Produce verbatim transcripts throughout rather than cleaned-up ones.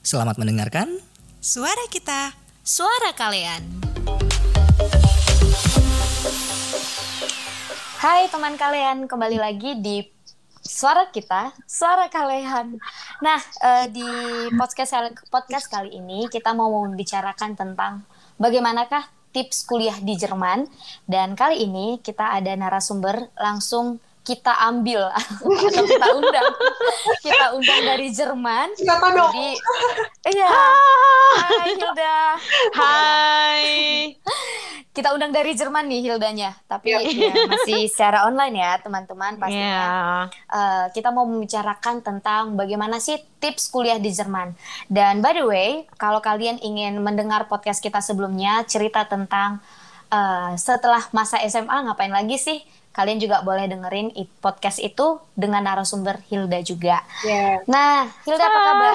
Selamat mendengarkan Suara kita, suara kalian. Hai teman kalian, kembali lagi di Suara Kita, Suara Kalian. Nah, eh, di podcast podcast kali ini kita mau membicarakan tentang bagaimanakah tips kuliah di Jerman. Dan kali ini kita ada narasumber langsung kita ambil atau kita undang. Kita undang dari Jerman. Siapa dong? Jadi, iya. Hai Hilda. Hai. Kita undang dari Jerman nih Hildanya, tapi ya, masih secara online ya teman-teman pastinya. Yeah. Uh, kita mau membicarakan tentang bagaimana sih tips kuliah di Jerman. Dan by the way, kalau kalian ingin mendengar podcast kita sebelumnya, cerita tentang uh, setelah masa S M A ngapain lagi sih? Kalian juga boleh dengerin podcast itu dengan narasumber Hilda juga. Yeah. Nah, Hilda apa kabar?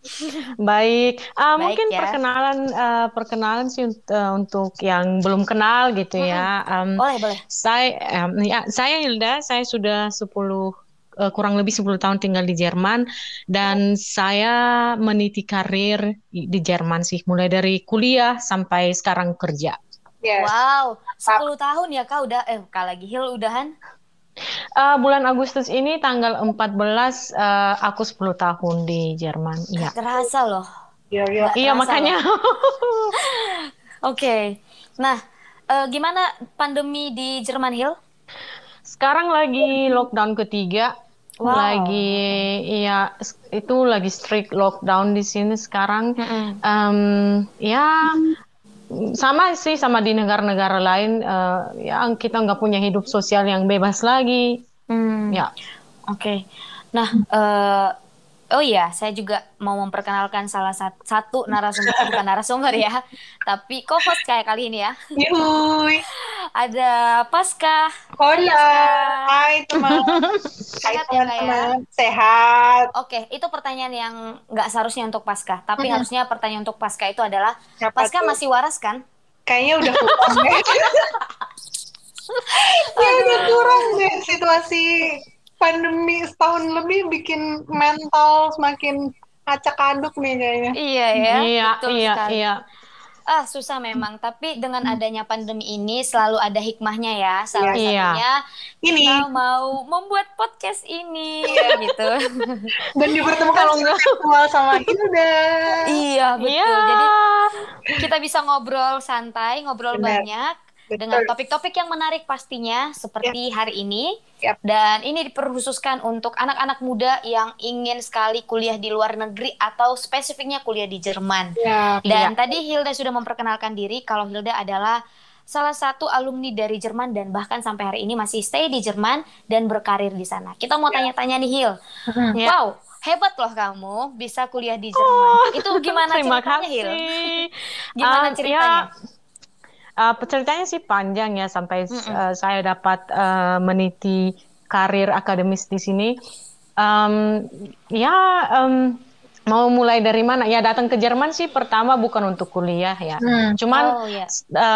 Baik. Uh, Baik mungkin ya. perkenalan uh, perkenalan sih uh, untuk yang belum kenal gitu Mm-hmm. ya. Um, boleh, boleh. Saya um, ya, saya Hilda, saya sudah sepuluh uh, kurang lebih sepuluh tahun tinggal di Jerman dan oh. saya meniti karir di Jerman sih mulai dari kuliah sampai sekarang kerja. Yes. Wow, sepuluh tahun ya Kak udah, eh Kak lagi Hil udahan? Uh, bulan Agustus ini tanggal empat belas uh, aku sepuluh tahun di Jerman. Iya. Terasa loh. Iya, iya. Iya makanya. Oke. Okay. Nah, uh, gimana pandemi di Jerman, Hil? Sekarang lagi lockdown ketiga. Wow. Lagi iya itu lagi strict lockdown di sini sekarang. Mm-hmm. Um, ya sama sih sama di negara-negara lain uh, yang kita nggak punya hidup sosial yang bebas lagi. Hmm. Ya, oke. Okay. Nah, uh, oh iya, saya juga mau memperkenalkan salah satu, satu narasumber bukan narasumber ya, tapi co-host kayak kali ini ya. Yuhui. Ada Pasca. Hola, hai teman. Hai teman-teman, sehat. Oke, itu pertanyaan yang nggak seharusnya untuk Pasca, tapi mm-hmm. harusnya pertanyaan untuk Pasca itu adalah, siapa Pasca tuh? Masih waras kan? Kayaknya udah kurang deh. Ya udah kurang deh situasi pandemi setahun lebih bikin mental semakin acak-aduk nih kayaknya. Iya ya, iya, betul iya, sekali. Iya. Ah, susah memang, tapi dengan adanya pandemi ini selalu ada hikmahnya ya. Salah iya. satunya ini kita mau membuat podcast ini gitu. Dan dipertemukan virtual sama Hilda. Iya, betul. Iya. Jadi kita bisa ngobrol santai, ngobrol Benar. banyak Betul. dengan topik-topik yang menarik pastinya seperti yep. hari ini. Yep. Dan ini diperkhususkan untuk anak-anak muda yang ingin sekali kuliah di luar negeri atau spesifiknya kuliah di Jerman. Yep. Dan yep. tadi Hilda sudah memperkenalkan diri kalau Hilda adalah salah satu alumni dari Jerman dan bahkan sampai hari ini masih stay di Jerman dan berkarir di sana. Kita mau yep. tanya-tanya nih Hil. Yep. Wow, hebat loh kamu bisa kuliah di Jerman. Oh, Itu gimana ceritanya Hil? Gimana um, ceritanya? Ya. Uh, ceritanya sih panjang ya sampai uh, saya dapat uh, meniti karir akademis di sini. Um, ya um, mau mulai dari mana? Ya datang ke Jerman sih pertama bukan untuk kuliah ya. Hmm. Cuman oh, yeah.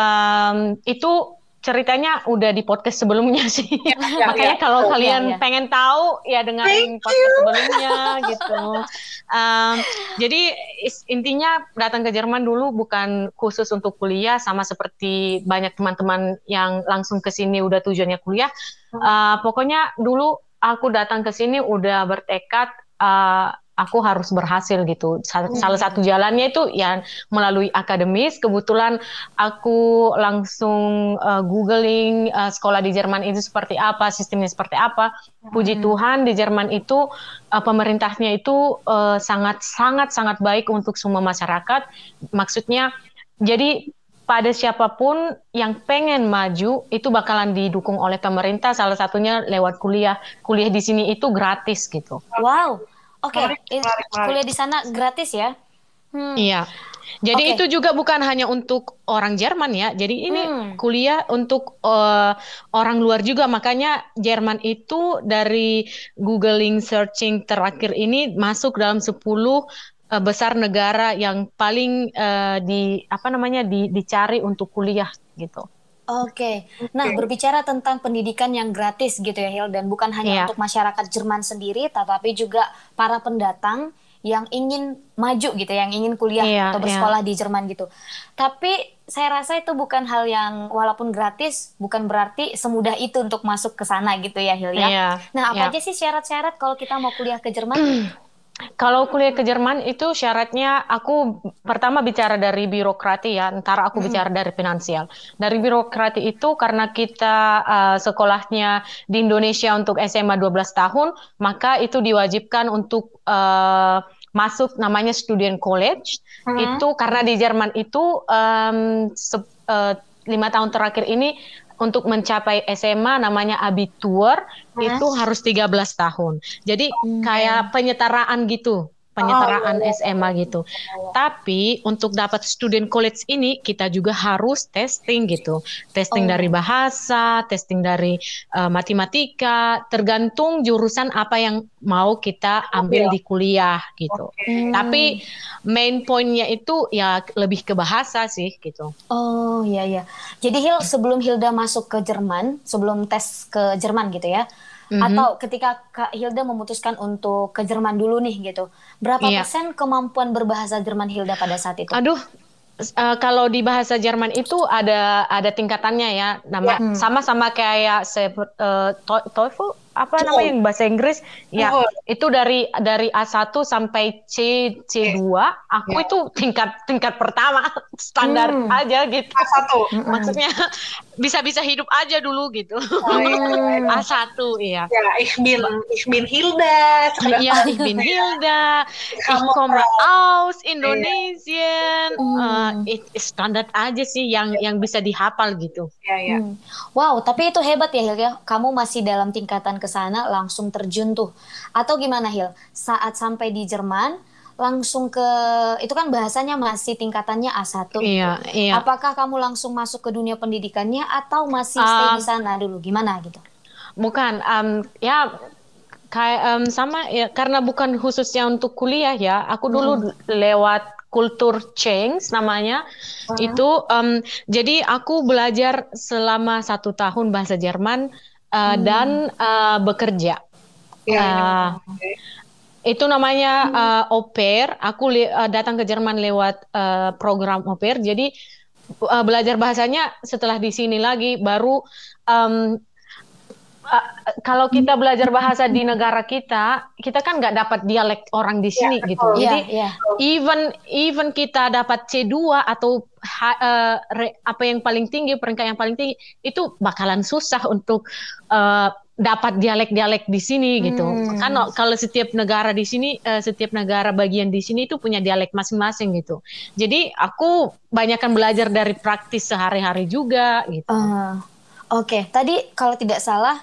um, itu ceritanya udah di podcast sebelumnya sih. Ya, ya, Makanya ya. kalau oh, kalian ya, ya. pengen tahu ya dengerin podcast sebelumnya gitu. Um, jadi intinya datang ke Jerman dulu bukan khusus untuk kuliah, sama seperti banyak teman-teman yang langsung ke sini udah tujuannya kuliah. Uh, pokoknya dulu aku datang ke sini udah bertekad uh, aku harus berhasil gitu. Salah hmm. satu jalannya itu ya melalui akademis. Kebetulan aku langsung uh, googling uh, sekolah di Jerman itu seperti apa, sistemnya seperti apa. Puji hmm. Tuhan di Jerman itu uh, pemerintahnya itu uh, sangat sangat sangat baik untuk semua masyarakat. Maksudnya jadi pada siapapun yang pengen maju itu bakalan didukung oleh pemerintah. Salah satunya lewat kuliah. Kuliah di sini itu gratis gitu. Wow. Oke, okay. kuliah di sana gratis ya? Hmm. Iya. Jadi okay. itu juga bukan hanya untuk orang Jerman ya. Jadi ini hmm. kuliah untuk uh, orang luar juga. Makanya Jerman itu dari googling searching terakhir ini masuk dalam sepuluh uh, besar negara yang paling uh, di apa namanya di, dicari untuk kuliah gitu. Oke, okay. Nah berbicara tentang pendidikan yang gratis gitu ya Hil, dan bukan hanya yeah. untuk masyarakat Jerman sendiri, tetapi juga para pendatang yang ingin maju gitu, yang ingin kuliah Iya, atau iya. bersekolah di Jerman gitu. Tapi saya rasa itu bukan hal yang walaupun gratis, bukan berarti semudah itu untuk masuk ke sana gitu ya Hil ya. Iya, Nah, iya. apa aja sih syarat-syarat kalau kita mau kuliah ke Jerman? Kalau kuliah ke Jerman itu syaratnya aku pertama bicara dari birokrati ya, ntar aku Mm-mm. bicara dari finansial. Dari birokrati itu karena kita uh, sekolahnya di Indonesia untuk S M A dua belas tahun, maka itu diwajibkan untuk uh, masuk namanya student college. Hmm. Itu karena di Jerman itu um, se- uh, lima tahun terakhir ini untuk mencapai S M A namanya Abitur Hmm. itu harus tiga belas tahun. Jadi Hmm. kayak penyetaraan gitu, penyetaraan Oh, iya, S M A gitu. Tapi untuk dapat student college ini kita juga harus testing gitu. Testing Oh. dari bahasa, testing dari uh, matematika, tergantung jurusan apa yang mau kita ambil di kuliah gitu. Hmm. Tapi main pointnya itu ya lebih ke bahasa sih gitu. Oh iya iya. Jadi Hil sebelum Hilda masuk ke Jerman, sebelum tes ke Jerman gitu ya, Mhm. atau ketika Kak Hilda memutuskan untuk ke Jerman dulu nih gitu, berapa Iya. persen kemampuan berbahasa Jerman Hilda pada saat itu? Aduh, uh, kalau di bahasa Jerman itu ada ada tingkatannya ya, nama Hmm. sama-sama kayak se, uh, to- TOEFL apa namanya yang bahasa Inggris ya, TOEFL. itu dari dari A satu sampai C C2, aku Ya. itu tingkat tingkat pertama standar Hmm. aja gitu. A satu. Maksudnya bisa-bisa hidup aja dulu gitu. Oh, iya. A satu iya. Ya, ich bin, ich bin Hilda. Ja, ich bin Hilda. Ich komme aus Indonesian. Hmm. Uh, it- standar aja sih yang yang bisa dihafal gitu. Ya, ya. Hmm. Wow, tapi itu hebat ya Hil ya. Kamu masih dalam tingkatan ke sana langsung terjun tuh. Atau gimana Hil? Saat sampai di Jerman langsung ke itu kan bahasanya masih tingkatannya A satu. Iya, iya. Apakah kamu langsung masuk ke dunia pendidikannya atau masih stay Uh, di sana dulu? Gimana gitu? Bukan, um, ya kayak um, sama ya karena bukan khususnya untuk kuliah ya. Aku dulu lewat kultur change namanya. Itu um, jadi aku belajar selama satu tahun bahasa Jerman uh, dan uh, bekerja. Ya, Uh, itu namanya uh, au pair. Aku li- uh, datang ke Jerman lewat uh, program au pair. Jadi uh, belajar bahasanya setelah di sini lagi. Baru um, uh, kalau kita belajar bahasa di negara kita, kita kan nggak dapat dialek orang di sini Ya, gitu. betul. Jadi Iya, iya. even even kita dapat C dua atau ha- uh, re- apa yang paling tinggi, peringkat yang paling tinggi, itu bakalan susah untuk uh, dapat dialek-dialek di sini gitu. Hmm. Kan kalau setiap negara di sini, uh, setiap negara bagian di sini itu punya dialek masing-masing gitu. Jadi aku banyakkan belajar dari praktis sehari-hari juga gitu. Uh, Oke, tadi kalau tidak salah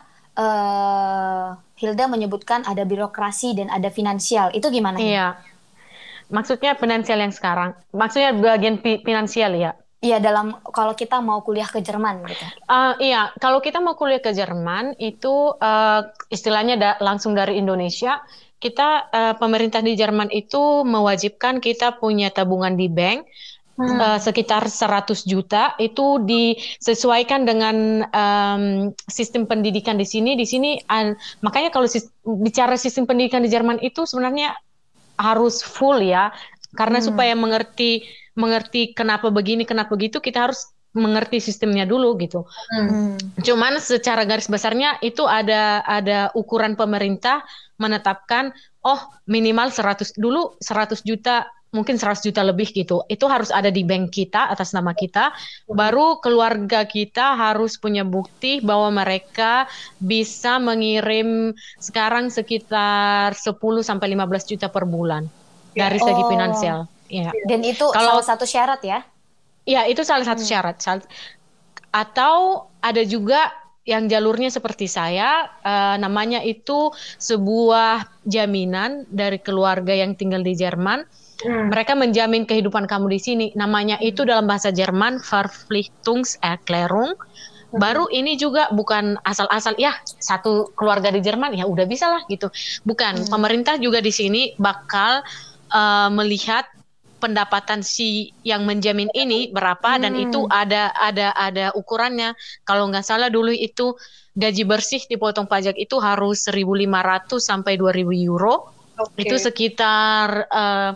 uh, Hilda menyebutkan ada birokrasi dan ada finansial. Itu gimana? Hil? Iya. Maksudnya finansial yang sekarang. Maksudnya bagian pi- finansial ya. Iya, dalam kalau kita mau kuliah ke Jerman gitu. Uh, iya, kalau kita mau kuliah ke Jerman itu uh, istilahnya da- langsung dari Indonesia, kita uh, pemerintah di Jerman itu mewajibkan kita punya tabungan di bank uh, sekitar seratus juta itu disesuaikan dengan um, sistem pendidikan di sini. Di sini uh, makanya kalau sis- bicara sistem pendidikan di Jerman itu sebenarnya harus full ya, karena Hmm. supaya mengerti mengerti kenapa begini, kenapa begitu, kita harus mengerti sistemnya dulu gitu. Hmm. Cuman secara garis besarnya itu ada ada ukuran pemerintah menetapkan oh minimal seratus dulu seratus juta, mungkin seratus juta lebih gitu. Itu harus ada di bank kita atas nama kita. Baru keluarga kita harus punya bukti bahwa mereka bisa mengirim sekarang sekitar sepuluh sampai lima belas juta per bulan dari segi Oh. finansial. Ya. Dan itu Kalau- salah satu syarat ya? Ya, itu salah satu syarat. Sal- Atau ada juga yang jalurnya seperti saya, eh, namanya itu sebuah jaminan dari keluarga yang tinggal di Jerman. Mereka menjamin kehidupan kamu di sini. Namanya itu dalam bahasa Jerman Verpflichtungserklärung. Baru ini juga bukan asal-asal ya satu keluarga di Jerman ya udah bisa lah gitu. Bukan, pemerintah juga di sini bakal uh, melihat pendapatan si yang menjamin ini berapa dan itu ada ada ada ukurannya. Kalau nggak salah dulu itu gaji bersih dipotong pajak itu harus seribu lima ratus sampai dua ribu euro. Okay. Itu sekitar uh,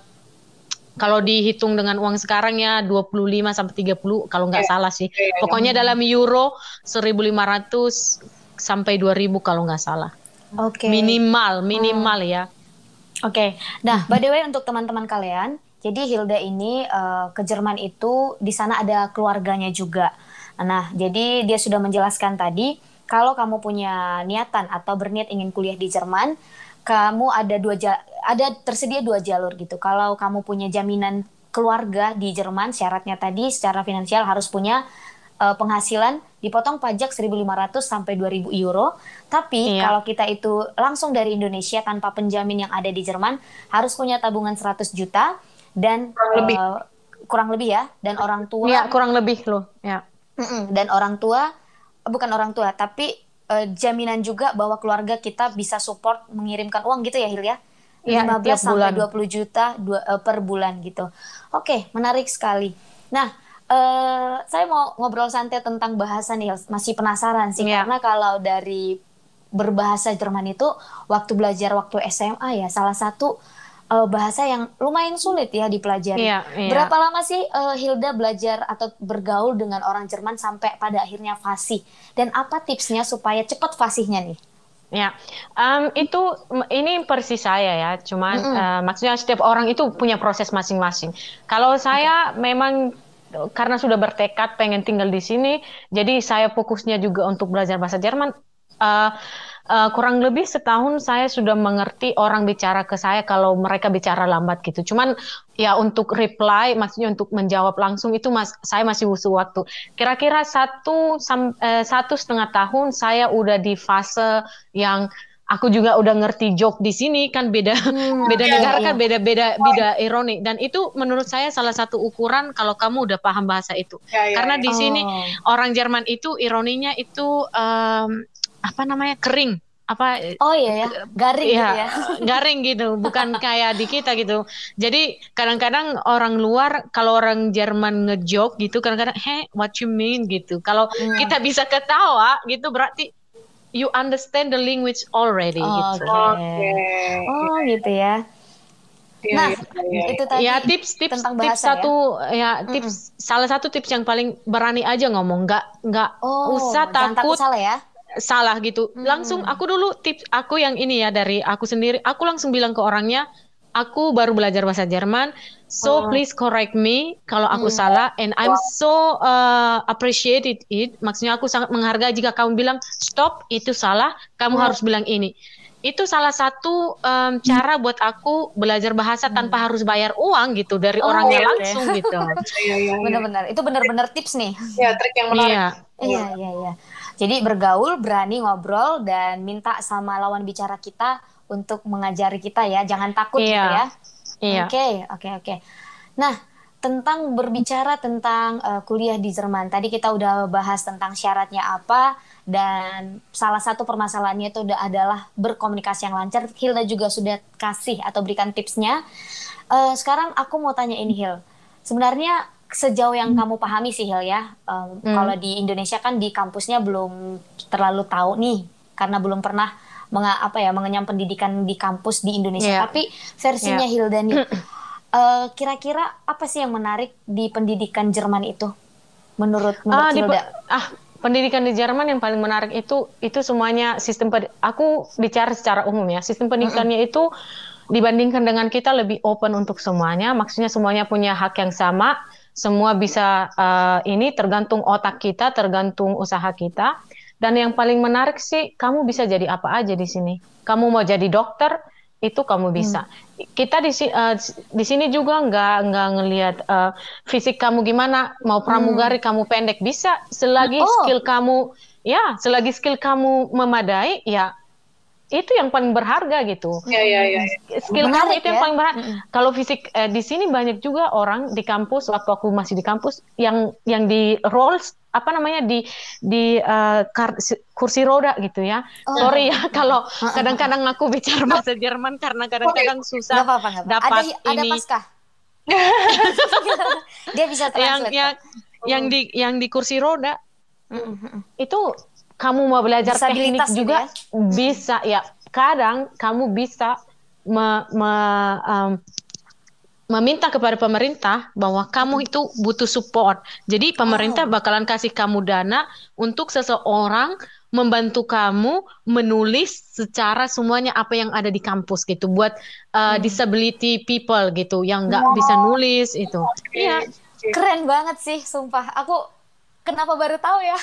kalau dihitung dengan uang sekarang ya dua puluh lima sampai tiga puluh kalau nggak yeah. salah sih. Yeah, yeah, Pokoknya yeah. dalam euro seribu lima ratus sampai dua ribu kalau nggak salah. Oke. Okay. Minimal, minimal hmm. ya. Oke. Okay. Nah, by the way untuk teman-teman kalian, jadi Hilda ini uh, ke Jerman itu di sana ada keluarganya juga. Nah, jadi dia sudah menjelaskan tadi kalau kamu punya niatan atau berniat ingin kuliah di Jerman, kamu ada dua ja- ada tersedia dua jalur gitu. Kalau kamu punya jaminan keluarga di Jerman, syaratnya tadi secara finansial harus punya uh, penghasilan dipotong pajak seribu lima ratus sampai dua ribu euro. Tapi iya. kalau kita itu langsung dari Indonesia tanpa penjamin yang ada di Jerman, harus punya tabungan seratus juta dan kurang lebih, uh, kurang lebih ya, dan orang tua. Iya, kurang lebih loh, ya. Dan orang tua, bukan orang tua, tapi uh, jaminan juga bahwa keluarga kita bisa support mengirimkan uang gitu ya Hil ya? Ya, lima belas sampai dua puluh juta dua, uh, per bulan gitu. Oke, menarik sekali. Nah, uh, saya mau ngobrol santai tentang bahasa nih, masih penasaran sih. Ya. Karena kalau dari berbahasa Jerman itu, waktu belajar waktu S M A ya, salah satu Uh, bahasa yang lumayan sulit ya dipelajari. Iya, iya. Berapa lama sih uh, Hilda belajar atau bergaul dengan orang Jerman sampai pada akhirnya fasih? Dan apa tipsnya supaya cepat fasihnya nih? Ya, um, itu ini persis saya ya. Cuman mm-hmm. uh, maksudnya setiap orang itu punya proses masing-masing. Kalau saya okay. memang karena sudah bertekad pengen tinggal di sini, jadi saya fokusnya juga untuk belajar bahasa Jerman. Uh, Uh, kurang lebih setahun saya sudah mengerti orang bicara ke saya kalau mereka bicara lambat gitu. Cuman ya untuk reply, maksudnya untuk menjawab langsung itu mas, saya masih butuh waktu. Kira-kira satu sam, eh, satu setengah tahun saya udah di fase yang aku juga udah ngerti joke di sini kan beda hmm, beda iya, negara iya. kan beda-beda beda ironi dan itu menurut saya salah satu ukuran kalau kamu udah paham bahasa itu. Iya, iya, Karena iya. di sini oh. orang Jerman itu ironinya itu um, apa namanya kering apa oh iya ya garing ya, gitu ya garing gitu bukan kayak di kita gitu. Jadi kadang-kadang orang luar kalau orang Jerman ngejoke gitu kadang-kadang hey what you mean gitu. Kalau hmm. kita bisa ketawa gitu berarti you understand the language already oh, gitu. Okay. Oh gitu ya. Nah, ya, ya, ya. itu tadi ya tips tips tentang bahasa tips satu ya, ya tips mm-hmm. salah satu tips yang paling berani aja ngomong nggak nggak oh, usah takut, takut salah ya. salah gitu. Hmm. Langsung aku dulu tips aku yang ini ya dari aku sendiri. Aku langsung bilang ke orangnya, aku baru belajar bahasa Jerman, so oh. please correct me kalau aku hmm. salah. And I'm so uh, appreciated it. Maksudnya aku sangat menghargai jika kamu bilang stop itu salah, kamu oh. harus bilang ini. Itu salah satu um, cara buat aku belajar bahasa hmm. tanpa harus bayar uang gitu dari oh, orangnya okay. langsung gitu. Benar-benar itu benar-benar tips nih. Ya trik yang menarik. Iya iya iya. iya. Jadi bergaul, berani ngobrol, dan minta sama lawan bicara kita untuk mengajari kita ya. Jangan takut iya. gitu ya. Iya. Oke, oke, oke. Nah, tentang berbicara tentang uh, kuliah di Jerman. Tadi kita udah bahas tentang syaratnya apa. Dan salah satu permasalahannya itu adalah berkomunikasi yang lancar. Hilda juga sudah kasih atau berikan tipsnya. Uh, sekarang aku mau tanya ini Hil. Sebenarnya sejauh yang hmm. kamu pahami sih Hil ya, um, hmm. kalau di Indonesia kan di kampusnya belum terlalu tahu nih, karena belum pernah menga, apa ya, mengenyam pendidikan di kampus di Indonesia. Yeah. Tapi versinya yeah. Hilda nih, uh, kira-kira apa sih yang menarik di pendidikan Jerman itu? Menurut menurut ah, Hilda? Di, ah, pendidikan di Jerman yang paling menarik itu itu semuanya sistem. Aku bicara secara umum ya, sistem pendidikannya mm-hmm. itu dibandingkan dengan kita lebih open untuk semuanya. Maksudnya semuanya punya hak yang sama. Semua bisa uh, ini tergantung otak kita, tergantung usaha kita. Dan yang paling menarik sih, kamu bisa jadi apa aja di sini. Kamu mau jadi dokter, itu kamu bisa. Hmm. Kita di, uh, di sini juga nggak nggak ngelihat uh, fisik kamu gimana, mau pramugari hmm. kamu pendek bisa. Selagi oh. skill kamu, ya, selagi skill kamu memadai, ya. Itu yang paling berharga gitu. Ya, ya, ya. Skill kamu itu ya? Yang paling berharga. Mm-hmm. Kalau fisik eh, di sini banyak juga orang di kampus waktu aku masih di kampus yang yang di rolls apa namanya di di uh, kar, kursi roda gitu ya. Oh. Sorry ya kalau kadang-kadang aku bicara bahasa Jerman karena kadang-kadang susah gak apa-apa, gak apa-apa. dapat ada, ini. Ada Paskah. Dia bisa translate. Yang yang, yang di yang di kursi roda mm-hmm. itu kamu mau belajar teknik juga ya? Bisa ya. Kadang kamu bisa me, me, um, meminta kepada pemerintah bahwa kamu itu butuh support. Jadi pemerintah Wow. bakalan kasih kamu dana untuk seseorang membantu kamu menulis secara semuanya apa yang ada di kampus gitu buat uh, Hmm. disability people gitu yang nggak Wow. bisa nulis itu. Oke. Iya, Keren banget sih, sumpah. Aku kenapa baru tahu ya?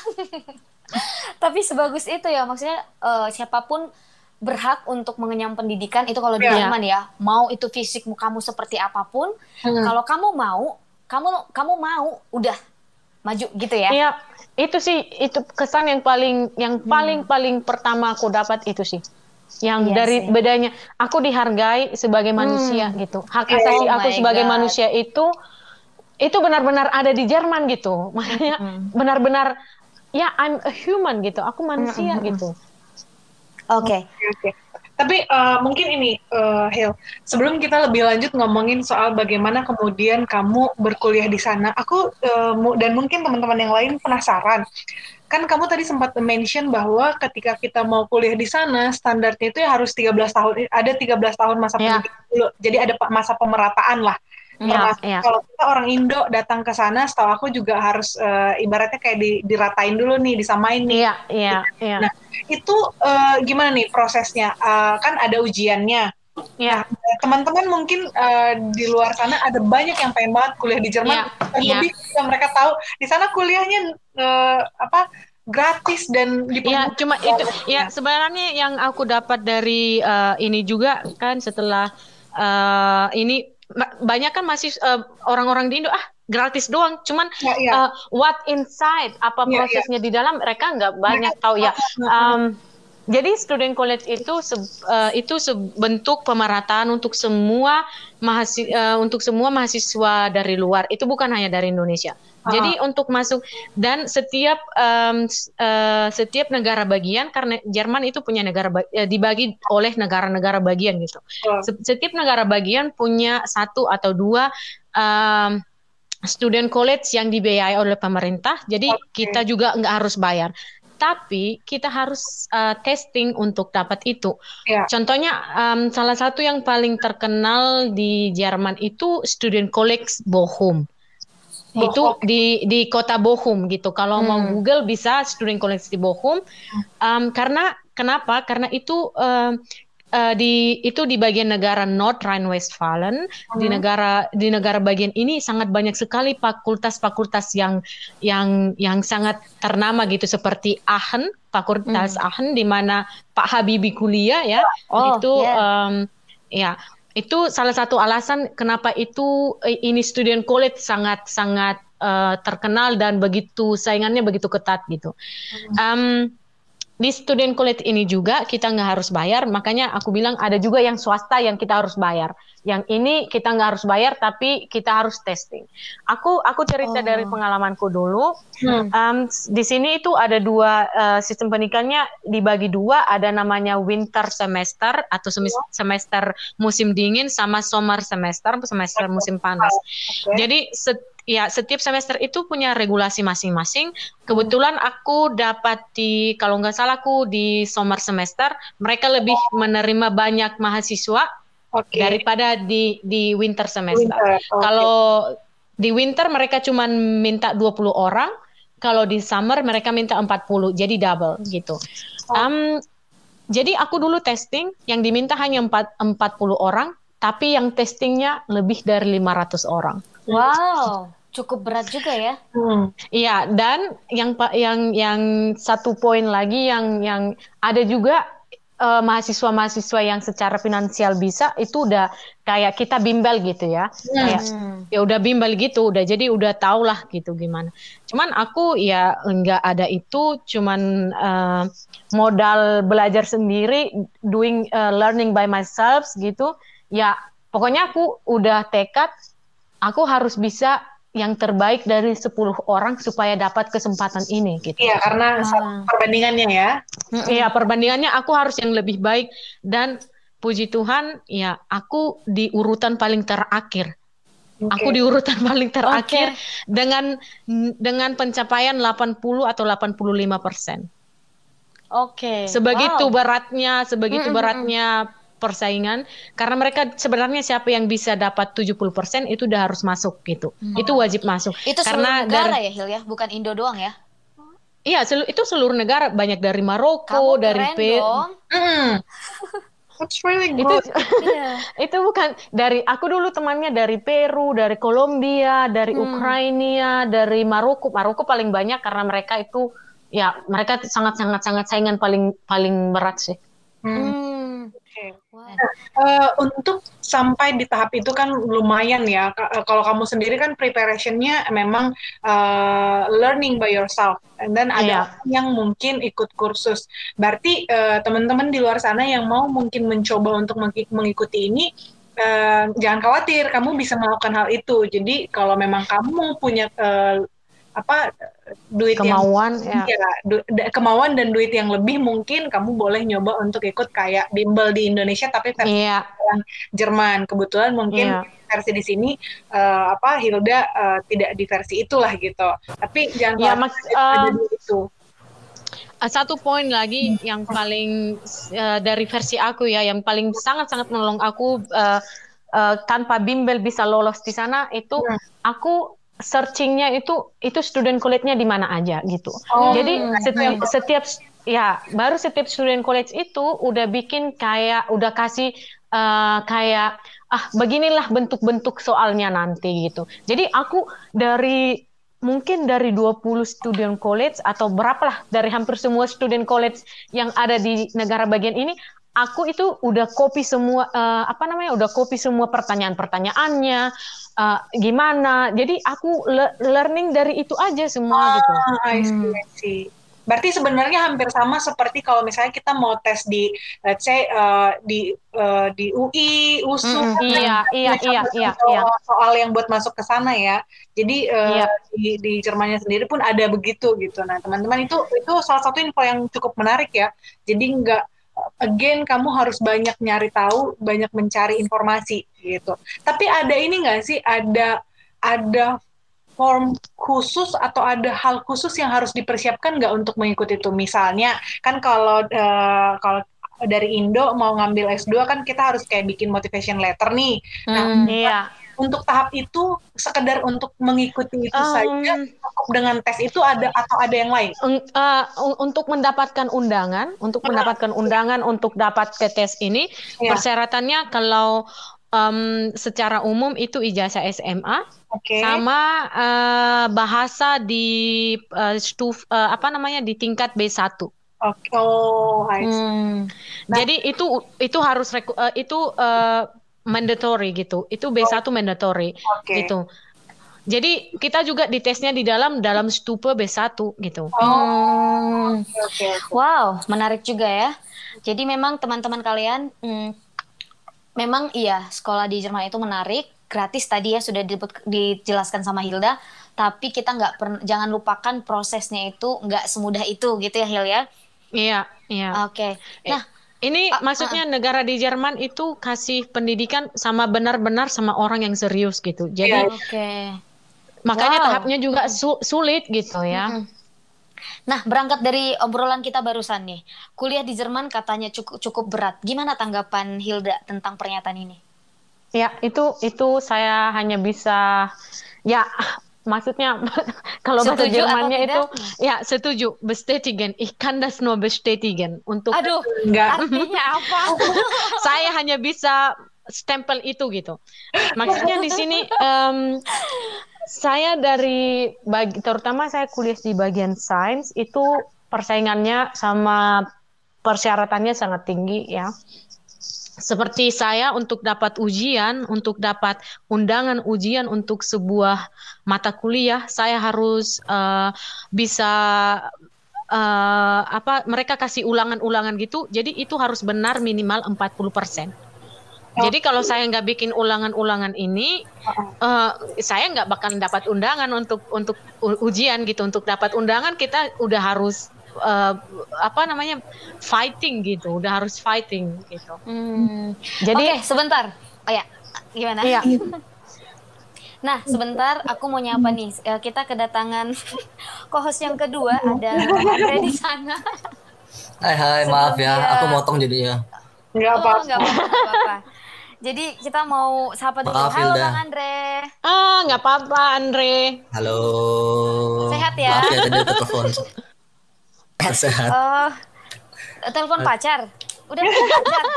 Tapi sebagus itu ya, maksudnya eh, siapapun berhak untuk mengenyam pendidikan itu kalau di Iya. Jerman ya. Mau itu fisikmu kamu seperti apapun, Hmm. kalau kamu mau, kamu kamu mau, udah maju gitu ya. iya itu sih itu kesan yang paling yang paling paling pertama aku dapat itu sih. Yang Iya dari sih. bedanya aku dihargai sebagai manusia Hmm. gitu. Hak Iya. asasi Oh aku my sebagai God. manusia itu itu benar-benar ada di Jerman gitu. Makanya Hmm. benar-benar ya I'm a human gitu. Aku manusia Mm, mm, mm. gitu. Oke. Oke, oke. Tapi eh, mungkin ini, eh, Hil, sebelum kita lebih lanjut ngomongin soal bagaimana kemudian kamu berkuliah di sana, aku eh, mu- dan mungkin teman-teman yang lain penasaran. Kan kamu tadi sempat mention bahwa ketika kita mau kuliah di sana, standarnya itu ya harus tiga belas tahun, ada tiga belas tahun masa Ya, pendidikan dulu. Jadi ada pa- masa pemerataan lah. Hmm. ya, Termasuk ya. kalau kita orang Indo datang ke sana, setahu aku juga harus eh, ibaratnya kayak di- diratain dulu nih, disamain nih. Iya, iya, iya. Nah, itu eh, gimana nih prosesnya? Eh, kan ada ujiannya. Iya, Nah, teman-teman mungkin eh, di luar sana ada banyak yang pengen banget kuliah di Jerman, iya, terlebih ketika mereka tahu di sana kuliahnya eh, apa gratis dan Iya, dipermudah cuma itu. banget. Ya, sebenarnya yang aku dapat dari eh, ini juga kan setelah eh, ini ba- banyak kan masih eh, orang-orang di Indo ah gratis doang. Cuman Ya, ya, eh, what inside apa ya, ya. prosesnya di dalam mereka nggak banyak Mereka tahu ya. tahu. Um, jadi student college itu se- eh, itu sebentuk pemerataan untuk semua mahasiswa untuk semua mahasiswa dari luar. Itu bukan hanya dari Indonesia. Jadi untuk masuk dan setiap um, s- eh, setiap negara bagian karena Jerman itu punya negara ba- eh, dibagi oleh negara-negara bagian gitu. Oh, Se- Setiap negara bagian punya satu atau dua um, student college yang dibiayai oleh pemerintah. Jadi oke. kita juga nggak harus bayar. Tapi kita harus uh, testing untuk dapat itu. Ya, Contohnya um, salah satu yang paling terkenal di Jerman itu Student College Bochum. Boh, Itu oke. di di kota Bochum gitu. Kalau mau Hmm. Google bisa Student College di Bochum. Um, karena kenapa? Karena itu um, uh, di itu di bagian negara North Rhine-Westphalen. Di Hmm. negara di negara bagian ini sangat banyak sekali fakultas-fakultas yang yang yang sangat ternama gitu seperti Aachen, Fakultas Hmm. Aachen di mana Pak Habibie kuliah ya. Oh, Itu ya. um, ya itu salah satu alasan kenapa itu eh, ini student college sangat sangat eh, terkenal dan begitu saingannya begitu ketat gitu. Um, di student college ini juga kita nggak harus bayar, makanya aku bilang ada juga yang swasta yang kita harus bayar. Yang ini kita nggak harus bayar, tapi kita harus testing. Aku aku cerita Oh. dari pengalamanku dulu. Hmm. Um, di sini itu ada dua uh, sistem pendidikannya dibagi dua, ada namanya winter semester atau semis- semester musim dingin sama summer semester, semester musim panas. Oke. Jadi set- ya setiap semester itu punya regulasi masing-masing. Kebetulan aku dapat di kalau nggak salah aku di summer semester, mereka lebih menerima banyak mahasiswa Oke. daripada di di winter semester. Winter, oke. Kalau di winter mereka cuma minta dua puluh orang, kalau di summer mereka minta empat puluh, jadi double gitu. Um, jadi aku dulu testing yang diminta hanya empat- empat puluh orang, tapi yang testingnya lebih dari lima ratus orang. Wow, cukup berat juga ya. Hmm. Iya, dan yang pa- yang yang satu poin lagi yang yang ada juga eh, mahasiswa-mahasiswa yang secara finansial bisa itu udah kayak kita bimbel gitu ya. Kayak Hmm. ya udah bimbel gitu, udah jadi udah tau lah gitu gimana. Cuman aku ya nggak ada itu, cuman eh, modal belajar sendiri, doing eh, learning by myself gitu. Ya pokoknya aku udah tekad, aku harus bisa yang terbaik dari sepuluh orang supaya dapat kesempatan ini gitu. Iya, karena Ah. satu perbandingannya ya. Iya, perbandingannya aku harus yang lebih baik dan puji Tuhan ya aku di urutan paling terakhir. Oke. Aku di urutan paling terakhir Oke. dengan dengan pencapaian delapan puluh atau delapan puluh lima persen. Oke. Sebegitu Wow. beratnya, sebegitu Mm-mm, beratnya persaingan karena mereka sebenarnya siapa yang bisa dapat tujuh puluh persen itu udah harus masuk gitu. Hmm. Itu wajib masuk. Itu karena seluruh negara dari, ya Hil ya, bukan Indo doang ya? Iya, selu, itu seluruh negara, banyak dari Maroko, dari Peru. Mm. That's really good. Itu, yeah. Itu bukan dari aku dulu temannya dari Peru, dari Kolombia, dari hmm. Ukraina, dari Maroko. Maroko paling banyak karena mereka itu ya mereka sangat sangat sangat saingan paling paling berat sih. Hmm. Hmm. Okay. Wow. Nah, uh, untuk sampai di tahap itu kan lumayan ya. K- kalau kamu sendiri kan preparationnya memang uh, learning by yourself. And then ada yeah. yang mungkin ikut kursus. Berarti uh, teman-teman di luar sana yang mau mungkin mencoba untuk meng- mengikuti ini, uh, jangan khawatir, kamu bisa melakukan hal itu. Jadi kalau memang kamu punya uh, apa duit kemauan yang, ya, ya du, kemauan dan duit yang lebih, mungkin kamu boleh nyoba untuk ikut kayak bimbel di Indonesia tapi versi yeah. Jerman. Kebetulan mungkin yeah. versi di sini uh, apa Hilda uh, tidak di versi itulah gitu. Tapi jangan yeah, mas, ada uh, itu. Satu poin lagi yang paling uh, dari versi aku ya, yang paling sangat-sangat menolong aku uh, uh, tanpa bimbel bisa lolos di sana itu yeah. aku searchingnya itu itu student college-nya di mana aja gitu. Oh, jadi setiap, setiap ya baru setiap student college itu udah bikin kayak udah kasih uh, kayak ah beginilah bentuk-bentuk soalnya nanti gitu. Jadi aku dari mungkin dari dua puluh student college atau berapalah dari hampir semua student college yang ada di negara bagian ini, aku itu udah copy semua uh, apa namanya udah copy semua pertanyaan-pertanyaannya. Uh, gimana? Jadi aku le- learning dari itu aja semua ah, gitu. I see, I see. Berarti sebenarnya hampir sama seperti kalau misalnya kita mau tes di, let's say uh, di uh, di U I, U S U, mm-hmm. iya, iya, iya, iya, soal, iya. soal yang buat masuk ke sana ya. Jadi uh, iya. di, di Jermannya sendiri pun ada begitu gitu. Nah, teman-teman itu itu salah satu info yang cukup menarik ya. Jadi nggak again, kamu harus banyak nyari tahu, banyak mencari informasi gitu. Tapi ada ini nggak sih, ada ada form khusus atau ada hal khusus yang harus dipersiapkan nggak untuk mengikuti itu? Misalnya, kan kalau uh, kalau dari Indo mau ngambil S dua kan kita harus kayak bikin motivation letter nih. Nah, hmm, iya. untuk tahap itu sekedar untuk mengikuti itu um, saja cukup dengan tes itu ada atau ada yang lain? Uh, untuk mendapatkan undangan, untuk uh, mendapatkan undangan untuk dapat ke tes ini, yeah. persyaratannya kalau um, secara umum itu ijazah S M A, okay. sama uh, bahasa di uh, stuf uh, apa namanya di tingkat B satu. Oke. Okay. Oh, I see. Hmm. Nah, jadi itu itu harus reku, uh, itu uh, mandatory gitu. Itu B satu mandatory okay. gitu. Jadi kita juga ditesnya di dalam dalam stupe B satu gitu. Oh. Hmm. Okay, okay. Wow, menarik juga ya. Jadi memang teman-teman kalian hmm, memang iya, sekolah di Jerman itu menarik, gratis tadi ya sudah dijelaskan sama Hilda, tapi kita nggak per, jangan lupakan prosesnya itu nggak semudah itu gitu ya Hil ya. Iya, iya. Oke. Okay. Nah, ini uh, maksudnya uh, negara di Jerman itu kasih pendidikan sama benar-benar sama orang yang serius gitu. Jadi oke. Okay. Makanya wow. tahapnya juga su- sulit gitu ya. Mm-hmm. Nah, berangkat dari obrolan kita barusan nih, kuliah di Jerman katanya cukup cukup berat. Gimana tanggapan Hilda tentang pernyataan ini? Ya, itu itu saya hanya bisa ya maksudnya kalau bahasa Jermannya itu ya setuju, bestätigen. Ich kann das nur bestätigen. Untuk aduh, enggak. Artinya apa? Saya hanya bisa stempel itu gitu. Maksudnya di sini um, saya dari bagi, terutama saya kuliah di bagian sains itu persaingannya sama persyaratannya sangat tinggi ya. Seperti saya untuk dapat ujian, untuk dapat undangan ujian untuk sebuah mata kuliah, saya harus uh, bisa uh, apa mereka kasih ulangan-ulangan gitu. Jadi itu harus benar minimal empat puluh persen. Jadi kalau saya nggak bikin ulangan-ulangan ini, uh, saya nggak bakal dapat undangan untuk untuk ujian gitu. Untuk dapat undangan kita udah harus uh, apa namanya fighting gitu, udah harus fighting gitu. Hmm. Jadi Oke, sebentar. Oh ya, gimana? Iya. Nah, sebentar aku mau nyapa nih. Kita kedatangan co-host yang kedua, ada Andre di sana. Hai hai, maaf ya, aku motong jadinya. Nggak Oh, apa-apa. nggak apa-apa, nggak apa-apa. Jadi kita mau sapa dulu. Maaf, Halo Hilda. Bang Andre. Ah, nggak apa-apa, Andre. Halo. Sehat ya? Maaf ya tadi telepon. Sehat. Oh, telepon pacar. Udah punya pacar.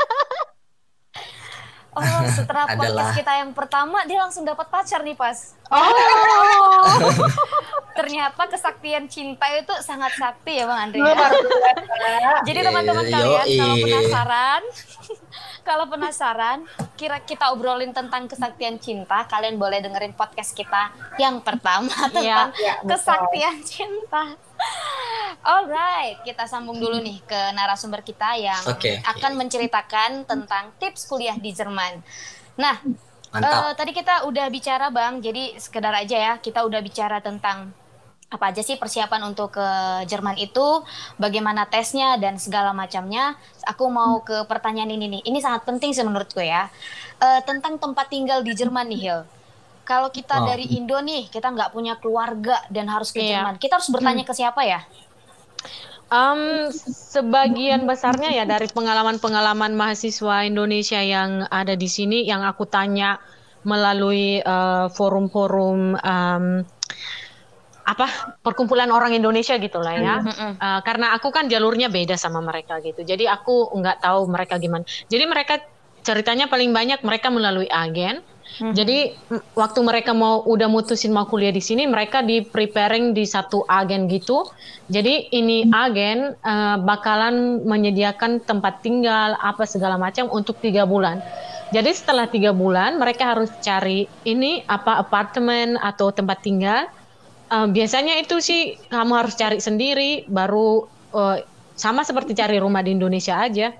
Oh, setelah podcast Adalah. kita yang pertama dia langsung dapat pacar nih pas. Oh, Ternyata kesaktian cinta itu sangat sakti ya Bang Andre. Luar Ya? biasa. Jadi teman-teman Eh, kalian yoi. kalau penasaran, kalau penasaran, kira kita obrolin tentang kesaktian cinta, kalian boleh dengerin podcast kita yang pertama tentang Iya, betul. kesaktian cinta. Alright, kita sambung dulu nih ke narasumber kita yang Oke. akan menceritakan tentang tips kuliah di Jerman. Nah, Mantap. eh, tadi kita udah bicara Bang, jadi sekedar aja ya, kita udah bicara tentang apa aja sih persiapan untuk ke Jerman itu, bagaimana tesnya dan segala macamnya. Aku mau ke pertanyaan ini nih, ini sangat penting sih menurutku ya, Eh, tentang tempat tinggal di Jerman nih Hil. Kalau kita Oh. dari Indo nih, kita nggak punya keluarga dan harus ke Iya. Jerman, kita harus bertanya ke siapa ya? Um, sebagian besarnya ya dari pengalaman-pengalaman mahasiswa Indonesia yang ada di sini yang aku tanya melalui uh, forum-forum um, apa perkumpulan orang Indonesia gitulah ya. Mm-mm. Uh, karena aku kan jalurnya beda sama mereka gitu. Jadi aku nggak tahu mereka gimana. Jadi mereka ceritanya paling banyak mereka melalui agen. Mhm. Jadi m- waktu mereka mau udah mutusin mau kuliah di sini, mereka di preparing di satu agen gitu. Jadi ini agen eh, bakalan menyediakan tempat tinggal apa segala macam untuk tiga bulan. Jadi setelah tiga bulan mereka harus cari ini apa apartemen atau tempat tinggal. Eh, biasanya itu sih kamu harus cari sendiri, baru eh, sama seperti cari rumah di Indonesia aja.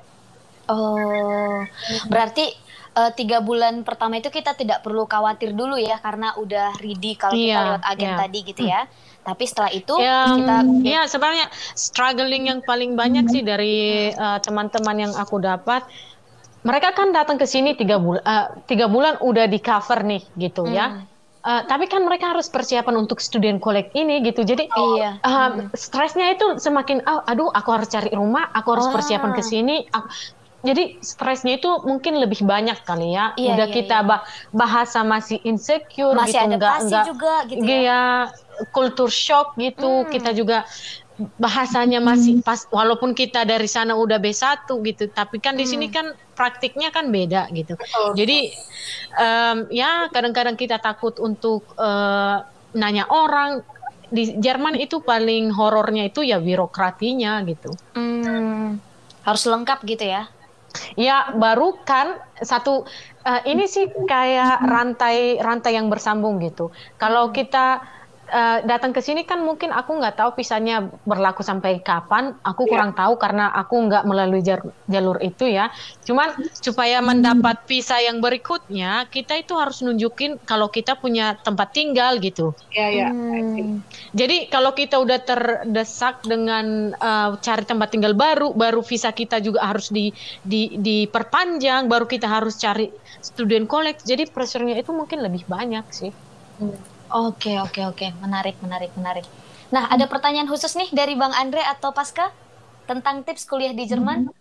Oh, berarti eh, tiga bulan pertama itu kita tidak perlu khawatir dulu ya, karena udah ready kalau kita Iya, lewat agen iya. tadi gitu ya. Tapi setelah itu Ya, kita ya sebenarnya struggling yang paling banyak sih dari uh, teman-teman yang aku dapat, mereka kan datang ke sini tiga bulan, tiga bulan udah di cover nih gitu ya. Uh, tapi kan mereka harus persiapan untuk student collect ini gitu. Jadi Iya. uh, stresnya itu semakin, oh, aduh, aku harus cari rumah, aku harus Wah. persiapan ke sini. Aku- jadi stresnya itu mungkin lebih banyak kali ya. Iya, Udah iya, kita iya. bah- bahasa masih insecure masih gitu, enggak adaptasi enggak juga gitu ya. Iya, kultur shock gitu. Hmm. Kita juga bahasanya masih pas, walaupun kita dari sana udah B satu gitu, tapi kan di sini kan praktiknya kan beda gitu. Betul. Jadi em, ya kadang-kadang kita takut untuk eh, nanya orang. Di Jerman itu paling horornya itu ya birokratinya gitu. Hmm, harus lengkap gitu ya. Ya baru kan satu eh, ini sih kayak rantai rantai yang bersambung gitu. Kalau kita eh, datang ke sini kan mungkin aku nggak tahu visanya berlaku sampai kapan. Aku kurang tahu karena aku nggak melalui jar- jalur itu ya. Cuman supaya mendapat visa yang berikutnya kita itu harus nunjukin kalau kita punya tempat tinggal gitu. Iya, iya. Hmm. Jadi kalau kita udah terdesak dengan uh, cari tempat tinggal baru, baru visa kita juga harus di, di diperpanjang, baru kita harus cari student collect. Jadi pressure-nya itu mungkin lebih banyak sih. Oke, oke, oke. Menarik, menarik, menarik. Nah, ada pertanyaan khusus nih dari Bang Andre atau Pasca tentang tips kuliah di Jerman?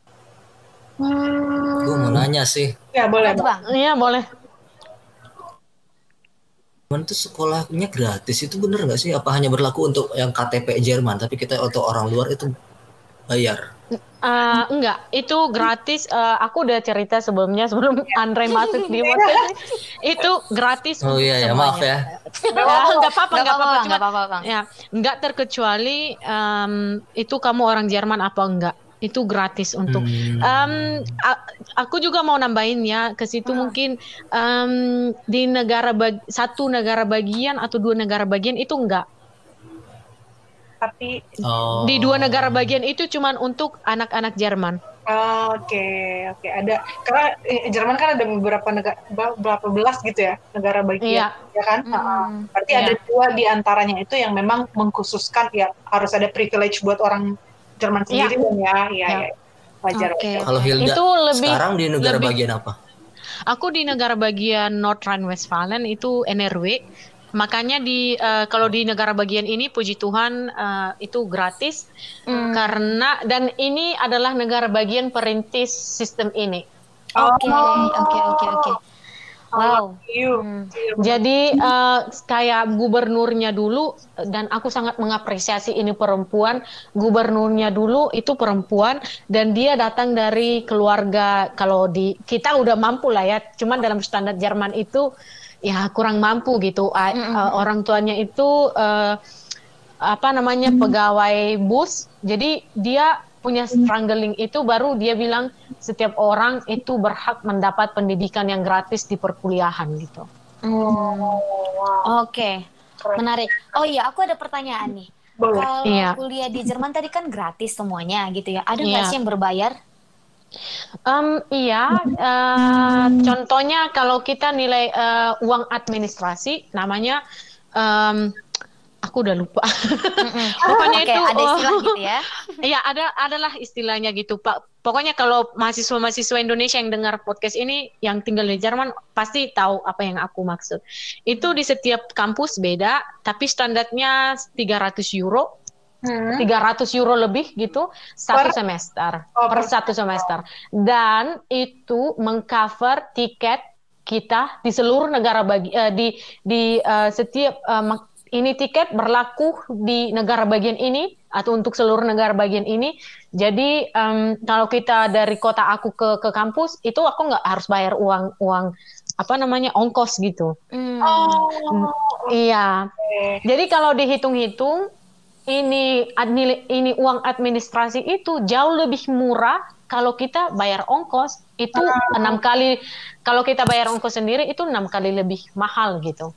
Gue mau nanya sih, Ya, boleh. Apa tuh, Bang? Iya boleh. Jerman tuh sekolahnya gratis, itu bener nggak sih? Apa hanya berlaku untuk yang K T P Jerman, tapi kita untuk orang luar itu bayar? Uh, enggak, itu gratis. Uh, aku udah cerita sebelumnya sebelum Andre masuk di podcast ini. Itu gratis. Oh iya ya, maaf ya. Ya, enggak apa-apa, Nggak enggak apa-apa, apa-apa. Bang, Cuma nggak apa-apa, Bang. ya, enggak terkecuali em, itu kamu orang Jerman apa enggak. Itu gratis untuk Hmm. Em, a- aku juga mau nambahin ya ke situ mungkin em, di negara bag- satu negara bagian atau dua negara bagian itu enggak. Tapi, Oh. Di dua negara bagian itu cuman untuk anak-anak Jerman. oh, oke, oke. Ada, karena eh, Jerman kan ada beberapa negara, beberapa belas gitu ya, negara bagian, Iya. ya kan? Hmm. Heeh. Berarti Iya. ada dua di antaranya itu yang memang mengkhususkan, ya harus ada privilege buat orang Jerman sendiri, Iya. kan ya, ya, Iya. ya. Wajar. Oke. wajar. Kalau Hilda Itu lebih- sekarang di negara lebih- bagian apa? Aku di negara bagian North Rhine-Westphalia itu N R W. makanya di uh, kalau di negara bagian ini puji Tuhan uh, itu gratis hmm. karena dan ini adalah negara bagian perintis sistem ini. Oke, oke, oke, oke. Wow. Hmm. Jadi uh, kayak gubernurnya dulu, dan aku sangat mengapresiasi ini perempuan. Gubernurnya dulu itu perempuan dan dia datang dari keluarga, kalau di kita udah mampu lah ya. Cuman dalam standar Jerman itu ya kurang mampu gitu. Uh, uh, orang tuanya itu uh, apa namanya pegawai bus. Jadi dia punya struggling itu, baru dia bilang setiap orang itu berhak mendapat pendidikan yang gratis di perkuliahan gitu. Hmm. Oke, okay. Menarik. Oh iya, aku ada pertanyaan nih. Kalau iya. kuliah di Jerman tadi kan gratis semuanya gitu ya. Ada nggak iya. sih yang berbayar? Um, iya, uh, contohnya kalau kita nilai uh, uang administrasi, namanya um, aku udah lupa. Pokoknya okay, itu ada istilah oh, gitu ya. Iya, ada adalah istilahnya gitu, Pak. Pokoknya kalau mahasiswa-mahasiswa Indonesia yang dengar podcast ini yang tinggal di Jerman pasti tahu apa yang aku maksud. Itu di setiap kampus beda, tapi standarnya tiga ratus euro. Hmm. tiga ratus euro lebih gitu satu per, semester oh, per satu semester. Dan itu mengcover tiket kita di seluruh negara bagi uh, di di uh, setiap uh, ini tiket berlaku di negara bagian ini atau untuk seluruh negara bagian ini. Jadi um, kalau kita dari kota aku ke ke kampus itu aku nggak harus bayar uang uang apa namanya ongkos gitu. Mm. Oh, iya. Okay. Jadi kalau dihitung-hitung ini admil, ini uang administrasi itu jauh lebih murah kalau kita bayar ongkos itu enam uh. kali. Kalau kita bayar ongkos sendiri itu enam kali lebih mahal gitu.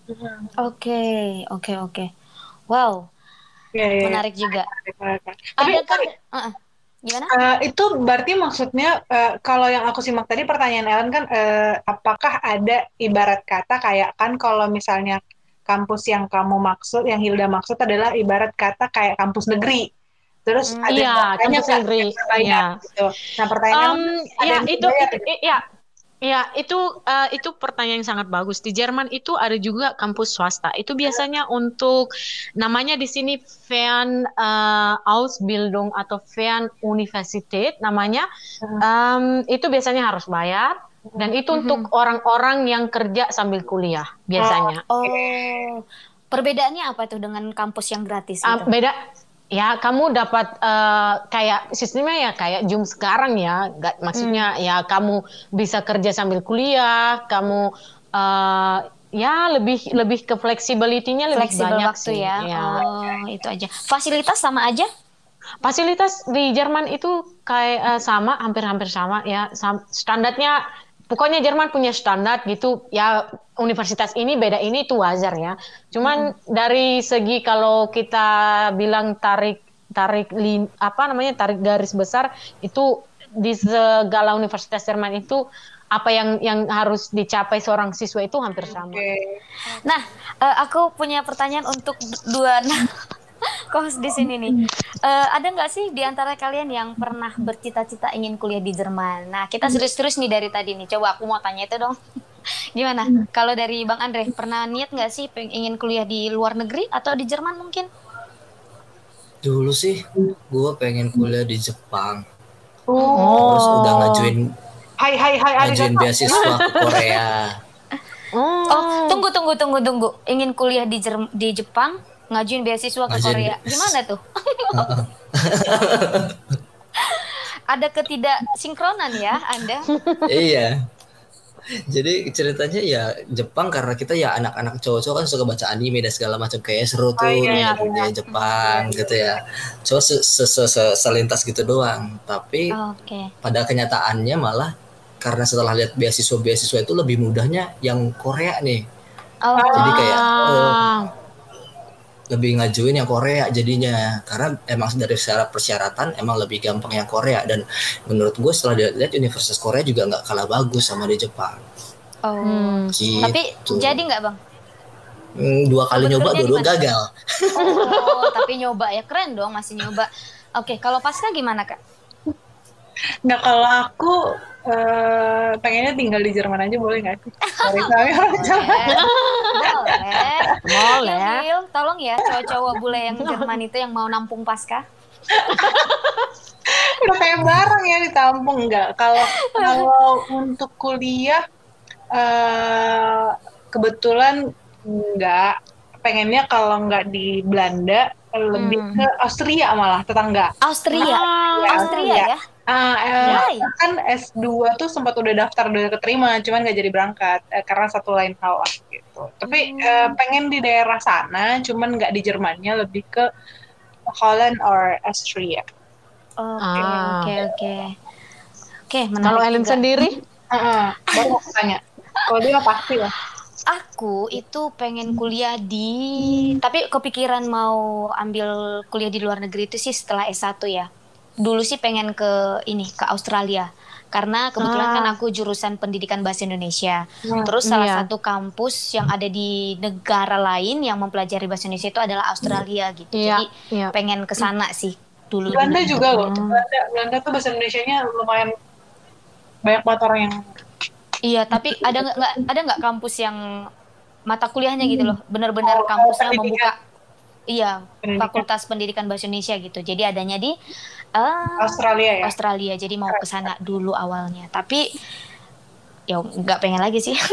Oke, oke, oke. Wow, ya, ya. Menarik juga. Tapi Ada kan? Uh-uh. Gimana? Uh, itu berarti maksudnya uh, kalau yang aku simak tadi pertanyaan Ellen kan, uh, apakah ada ibarat kata kayak kan kalau misalnya kampus yang kamu maksud, yang Hilda maksud adalah ibarat kata kayak kampus negeri. Terus hmm, ada iya, kampus negeri. Iya. Gitu. Nah pertanyaan um, ya itu, itu, itu ya. Ya, itu uh, itu pertanyaan yang sangat bagus. Di Jerman itu ada juga kampus swasta. Itu biasanya untuk namanya di sini Fern uh, Ausbildung atau Fern Universität namanya. Um, itu biasanya harus bayar dan itu mm-hmm. untuk orang-orang yang kerja sambil kuliah biasanya. Oh, oh. Perbedaannya apa tuh dengan kampus yang gratis Uh, itu? beda. Ya, kamu dapat uh, kayak sistemnya ya kayak Zoom sekarang ya. Gak, maksudnya hmm. ya kamu bisa kerja sambil kuliah, kamu uh, ya lebih lebih ke flexibility-nya lebih Flexible banyak waktu sih. Ya. Ya. Oh, itu aja. Fasilitas sama aja? Fasilitas di Jerman itu kayak uh, sama, hampir-hampir sama ya. Sam- standarnya pokoknya Jerman punya standar gitu ya, universitas ini beda ini itu wajar ya. Cuman hmm. dari segi kalau kita bilang tarik tarik lin, apa namanya tarik garis besar itu di segala universitas Jerman itu apa yang yang harus dicapai seorang siswa itu hampir sama. Okay. Nah, uh, aku punya pertanyaan untuk dua kos di sini nih. Uh, ada nggak sih di antara kalian yang pernah bercita-cita ingin kuliah di Jerman? Nah, kita serius-serius nih dari tadi nih. Coba aku mau tanya itu dong. Gimana? Kalau dari Bang Andre, pernah niat nggak sih ingin kuliah di luar negeri atau di Jerman mungkin? Dulu sih, gue pengen kuliah di Jepang. Oh. Terus udah ngajuin, hai hai hai, ngajuin beasiswa ke Korea. Oh. oh, tunggu tunggu tunggu tunggu. Ingin kuliah di Jer- di Jepang, ngajuin beasiswa ke ngajuin Korea. Gimana tuh? Ada ketidaksinkronan ya Anda? Iya. Jadi ceritanya ya Jepang karena kita ya anak-anak cowok-cowok kan suka baca anime dan segala macam, kayak seru tuh oh, iya, di iya. Jepang iya, gitu ya. Cuma se- se- se- selintas gitu doang. Tapi oh, okay. pada kenyataannya malah karena setelah lihat beasiswa-beasiswa itu lebih mudahnya yang Korea nih. Oh. Jadi kayak oh, lebih ngajuin yang Korea jadinya, karena emang dari secara persyaratan emang lebih gampang yang Korea, dan menurut gue setelah lihat Universitas Korea juga nggak kalah bagus sama di Jepang. Oh, hmm. gitu. Tapi jadi nggak Bang? Hmm, dua kali nyoba, dua-dua gagal. Oh, tapi nyoba ya, keren dong masih nyoba. Oke, kalau Pasca gimana Kak? Nah kalau aku Uh, pengennya tinggal di Jerman aja boleh nggak sih? Sorry, sorry, boleh, boleh, boleh. Yul, tolong ya cowok-cowok bule yang Jerman itu yang mau nampung pasca. Udah kayak bareng ya ditampung nggak? Kalau kalau untuk kuliah uh, kebetulan nggak, pengennya kalau nggak di Belanda lebih hmm. ke Austria malah tetangga. Austria, ah, ya, Austria ya? Ah, eh, kan S dua tuh sempat udah daftar udah keterima, cuman nggak jadi berangkat eh, karena satu lain hal lah gitu. Tapi hmm. eh, pengen di daerah sana, cuman nggak di Jermannya, lebih ke Holland or Austria. Oke oke oke. Oke, kalau Ellen sendiri? Uh-uh, baru aku tanya. Kalau dia pasti lah. Aku itu pengen kuliah di, hmm. tapi kepikiran mau ambil kuliah di luar negeri itu sih setelah S satu ya. Dulu sih pengen ke ini, ke Australia. Karena kebetulan ah. kan aku jurusan pendidikan bahasa Indonesia. Hmm. Terus salah yeah. satu kampus yang ada di negara lain yang mempelajari bahasa Indonesia itu adalah Australia gitu. Yeah. Jadi yeah. pengen ke sana sih dulu. Belanda dulu. juga loh. Belanda, Belanda tuh bahasa Indonesianya lumayan banyak banget orang yang. Iya, tapi ada nggak ada nggak kampus yang mata kuliahnya gitu loh, benar-benar oh, kampusnya pendidikan. membuka, iya, pendidikan. Fakultas Pendidikan Bahasa Indonesia gitu. Jadi adanya di uh, Australia ya. Australia. Jadi mau ke sana dulu awalnya, tapi ya nggak pengen lagi sih.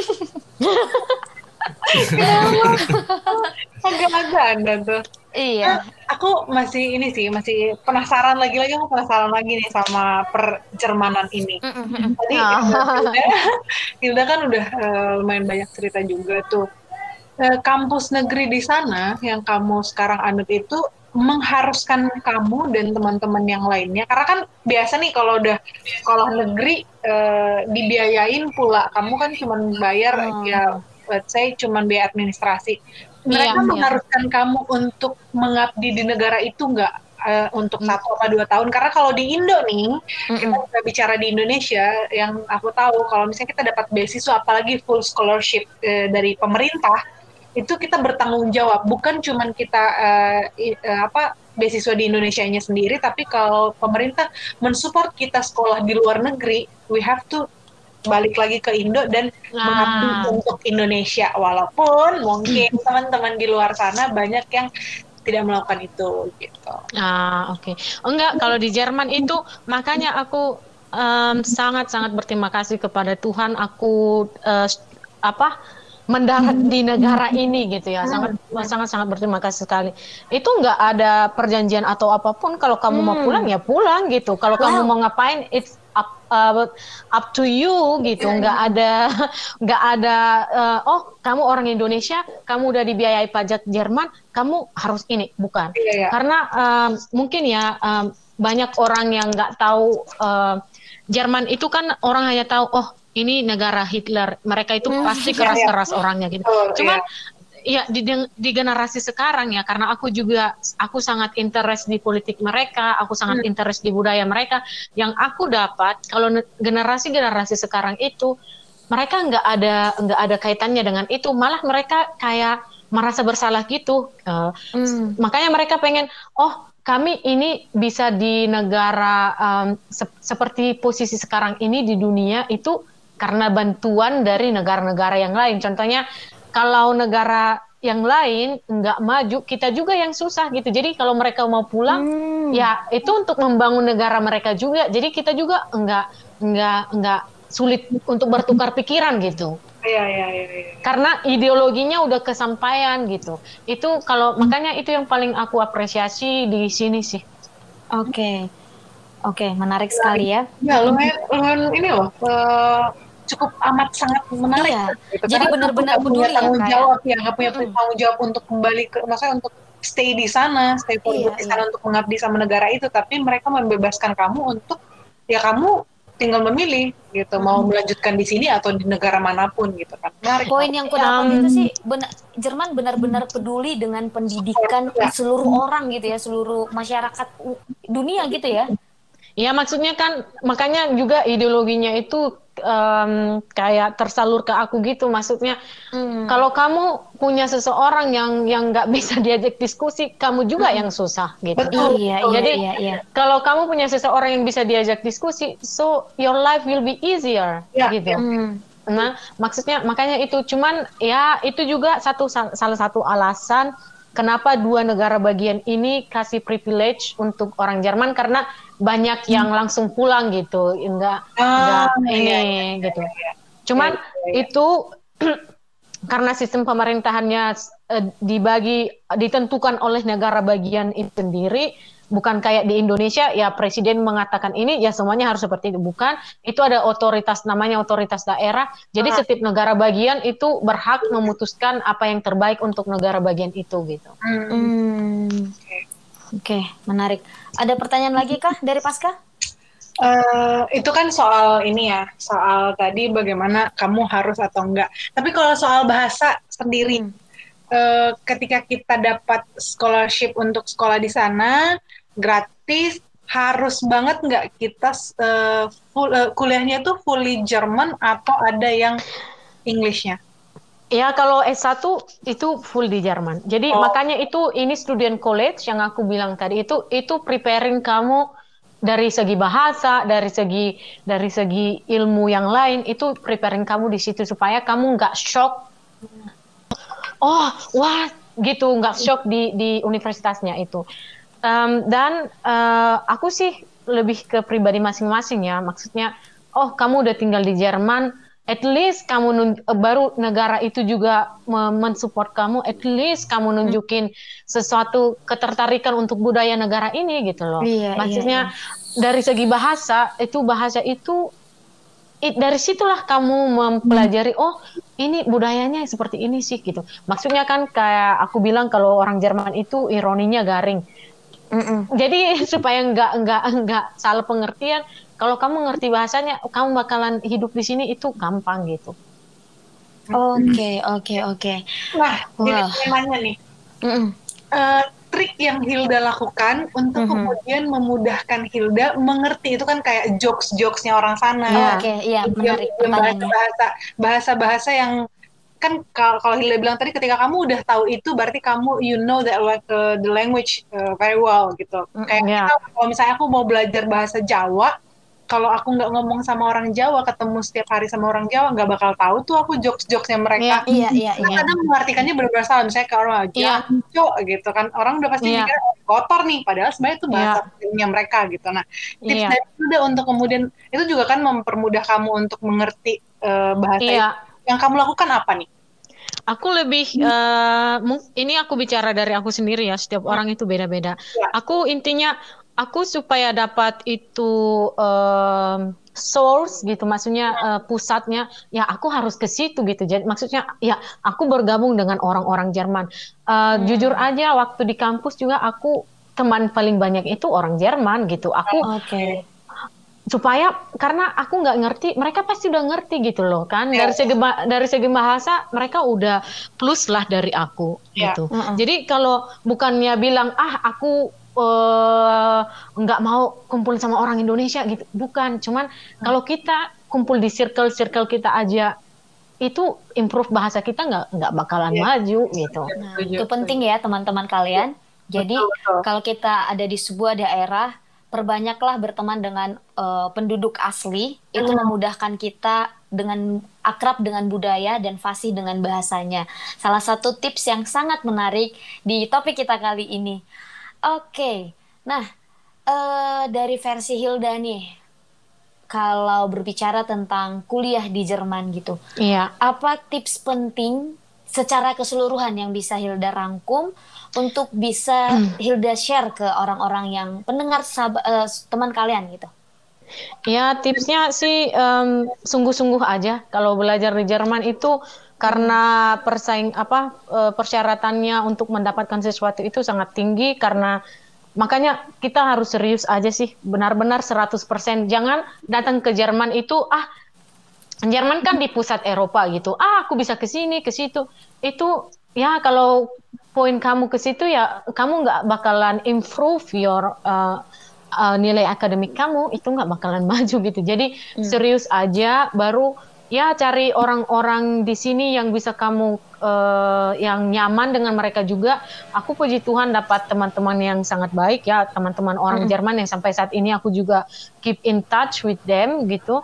Agak-agak Anda tuh. Iya. Nah, aku masih ini sih, masih penasaran lagi-lagi, aku penasaran lagi nih sama perjermanan ini. Tadi Hilda, Hilda kan udah uh, lumayan banyak cerita juga tuh. Uh, kampus negeri di sana yang kamu sekarang anut itu mengharuskan kamu dan teman-teman yang lainnya, karena kan biasa nih kalau udah sekolah negeri uh, dibiayain pula, kamu kan cuma bayar hmm. ya, let's say cuma biaya administrasi. Mereka iya, mengharuskan iya. kamu untuk mengabdi di negara itu nggak uh, untuk mm. satu atau dua tahun? Karena kalau di Indo nih, Mm-mm. kita udah bicara di Indonesia, yang aku tahu kalau misalnya kita dapat beasiswa, apalagi full scholarship uh, dari pemerintah, itu kita bertanggung jawab. Bukan cuma kita uh, uh, apa beasiswa di Indonesianya sendiri, tapi kalau pemerintah mensupport kita sekolah di luar negeri, we have to balik lagi ke Indo dan nah. mengabdi untuk Indonesia, walaupun mungkin teman-teman di luar sana banyak yang tidak melakukan itu gitu. Ah oke, okay. Enggak, kalau di Jerman itu makanya aku um, sangat-sangat berterima kasih kepada Tuhan, aku uh, apa mendarat di negara ini gitu ya, sangat sangat sangat berterima kasih sekali. Itu nggak ada perjanjian atau apapun, kalau kamu hmm. mau pulang ya pulang gitu, kalau wow. kamu mau ngapain it's up uh, up to you gitu, nggak ada nggak ada uh, oh kamu orang Indonesia, kamu udah dibiayai pajak Jerman, kamu harus ini, bukan. Yeah, yeah. Karena um, mungkin ya um, banyak orang yang nggak tahu uh, Jerman itu kan orang hanya tahu oh ini negara Hitler, mereka itu pasti keras-keras orangnya gitu. Oh, Cuman iya. ya di, di generasi sekarang ya, karena aku juga aku sangat interest di politik mereka, aku sangat hmm. interest di budaya mereka. Yang aku dapat kalau generasi-generasi sekarang itu mereka nggak ada nggak ada kaitannya dengan itu, malah mereka kayak merasa bersalah gitu. Uh, hmm. Makanya mereka pengen oh kami ini bisa di negara um, se- seperti posisi sekarang ini di dunia itu karena bantuan dari negara-negara yang lain. Contohnya kalau negara yang lain nggak maju, kita juga yang susah gitu. Jadi kalau mereka mau pulang, hmm. ya itu untuk membangun negara mereka juga. Jadi kita juga nggak nggak nggak sulit untuk bertukar pikiran gitu. Iya, iya, iya. Karena ideologinya udah kesampaian gitu. Itu kalau makanya itu yang paling aku apresiasi di sini sih. Oke, okay. oke, okay, menarik sekali ya. Ya lumayan, lumayan ini loh. Uh... cukup amat sangat menarik. Iya. Gitu. Jadi benar-benar peduli ya, tanggung jawab ya, nggak punya mm-hmm. tanggung jawab untuk kembali ke, maksudnya untuk stay di sana, stay for iya, di sana iya. untuk mengabdi sama negara itu, tapi mereka membebaskan kamu untuk ya kamu tinggal memilih gitu, hmm. mau melanjutkan di sini atau di negara manapun gitu kan. Menarik. Poin yang aku dapat um, itu sih benar, Jerman benar-benar peduli dengan pendidikan ya. seluruh orang gitu ya, seluruh masyarakat dunia gitu ya. Ya maksudnya kan makanya juga ideologinya itu um, kayak tersalur ke aku gitu. Maksudnya hmm. kalau kamu punya seseorang yang yang nggak bisa diajak diskusi, kamu juga hmm. yang susah gitu. Betul. Iya, iya, Jadi iya, iya. kalau kamu punya seseorang yang bisa diajak diskusi, so your life will be easier ya, gitu. Ya. Hmm. Nah, maksudnya makanya itu cuman ya itu juga satu salah satu alasan kenapa dua negara bagian ini kasih privilege untuk orang Jerman karena banyak yang langsung pulang gitu, enggak ah, enggak ini iya, iya, gitu. Iya, iya. Cuman iya, iya. itu karena sistem pemerintahannya eh, dibagi ditentukan oleh negara bagian itu sendiri, bukan kayak di Indonesia ya presiden mengatakan ini ya semuanya harus seperti itu, bukan. Itu ada otoritas namanya otoritas daerah. Jadi ah. setiap negara bagian itu berhak memutuskan apa yang terbaik untuk negara bagian itu gitu. Hmm. Oke, okay, menarik. Ada pertanyaan lagi kah dari Pasca? Uh, itu kan soal ini ya, soal tadi bagaimana kamu harus atau enggak. Tapi kalau soal bahasa sendiri, hmm. uh, ketika kita dapat scholarship untuk sekolah di sana, gratis, harus banget nggak kita uh, full, uh, kuliahnya tuh fully German atau ada yang English-nya? Ya kalau S satu itu full di Jerman. Jadi oh. makanya itu ini student college yang aku bilang tadi itu itu preparing kamu dari segi bahasa, dari segi dari segi ilmu yang lain itu preparing kamu di situ supaya kamu nggak shock. Oh, wah gitu nggak shock di di universitasnya itu. Um, dan uh, aku sih lebih ke pribadi masing-masing ya. Maksudnya, oh kamu udah tinggal di Jerman. At least kamu nun- baru negara itu juga mensupport kamu. At least kamu nunjukin sesuatu ketertarikan untuk budaya negara ini gitu loh. Iya, maksudnya iya, iya. Dari segi bahasa itu bahasa itu it, dari situlah kamu mempelajari. Oh ini budayanya seperti ini sih gitu. Maksudnya kan kayak aku bilang kalau orang Jerman itu ironinya garing. Mm-mm. Jadi supaya nggak nggak nggak salah pengertian. Kalau kamu ngerti bahasanya, kamu bakalan hidup di sini itu gampang gitu. Oke, oke, oke. Nah, jadi temanya nih, uh, trik yang Hilda lakukan untuk mm-hmm. kemudian memudahkan Hilda mengerti itu kan kayak jokes-jokesnya orang sana. Oh, oke, okay. Iya menarik pertanyaannya. Bahasa, bahasa-bahasa yang kan kalau Hilda bilang tadi ketika kamu udah tahu itu berarti kamu you know that uh, the language uh, very well gitu. Mm-hmm. Kayak yeah. kita, kalau misalnya aku mau belajar bahasa Jawa. Kalau aku nggak ngomong sama orang Jawa, ketemu setiap hari sama orang Jawa, nggak bakal tahu tuh aku jokes-jokesnya mereka. Iya, iya, iya. Kadang mengartikannya benar-benar salah. Misalnya ke orang jancok yeah. gitu kan, orang udah pasti yeah. mikir kotor nih, padahal sebenarnya itu bahasa yeah. mereka gitu. Nah, tips yeah. dari itu udah untuk kemudian itu juga kan mempermudah kamu untuk mengerti uh, bahasa yeah. itu. Yang kamu lakukan apa nih? Aku lebih uh, ini aku bicara dari aku sendiri ya. Setiap hmm. orang itu beda-beda. Yeah. Aku intinya aku supaya dapat itu um, source gitu, maksudnya uh, pusatnya, ya aku harus ke situ gitu. Jadi maksudnya ya aku bergabung dengan orang-orang Jerman. Uh, hmm. Jujur aja waktu di kampus juga aku teman paling banyak itu orang Jerman gitu. Aku okay. supaya karena aku nggak ngerti, mereka pasti udah ngerti gitu loh kan. Dari segi dari segi bahasa mereka udah plus lah dari aku yeah. gitu. Uh-uh. Jadi kalau bukannya bilang ah aku nggak uh, mau kumpul sama orang Indonesia gitu, bukan, cuman hmm. kalau kita kumpul di circle-circle kita aja itu improve bahasa kita nggak nggak bakalan yeah. maju gitu. Nah, itu penting ya teman-teman kalian. Jadi betul, betul. Kalau kita ada di sebuah daerah, perbanyaklah berteman dengan uh, penduduk asli, hmm. itu memudahkan kita dengan akrab dengan budaya dan fasih dengan bahasanya. Salah satu tips yang sangat menarik di topik kita kali ini. Oke, nah uh, dari versi Hilda nih, kalau berbicara tentang kuliah di Jerman gitu, iya. apa tips penting secara keseluruhan yang bisa Hilda rangkum untuk bisa hmm. Hilda share ke orang-orang yang pendengar sahab- uh, teman kalian gitu? Ya tipsnya sih um, sungguh-sungguh aja kalau belajar di Jerman itu. Karena persaing apa persyaratannya untuk mendapatkan sesuatu itu sangat tinggi, karena makanya kita harus serius aja sih, benar-benar seratus persen. Jangan datang ke Jerman itu ah Jerman kan di pusat Eropa gitu. Ah aku bisa ke sini, ke situ. Itu ya kalau poin kamu ke situ ya kamu nggak bakalan improve your uh, uh, nilai akademik kamu itu nggak bakalan maju gitu. Jadi hmm. serius aja, baru ya cari orang-orang di sini yang bisa kamu uh, yang nyaman dengan mereka juga. Aku puji Tuhan dapat teman-teman yang sangat baik ya, teman-teman orang hmm. Jerman yang sampai saat ini aku juga keep in touch with them gitu.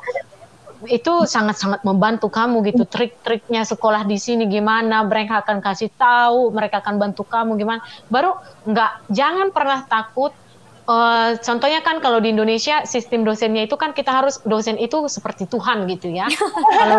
Itu sangat-sangat membantu kamu gitu, trik-triknya sekolah di sini gimana, mereka akan kasih tahu, mereka akan bantu kamu gimana. Baru nggak, jangan pernah takut. Uh, contohnya kan kalau di Indonesia sistem dosennya itu kan kita harus dosen itu seperti Tuhan gitu ya. Kalau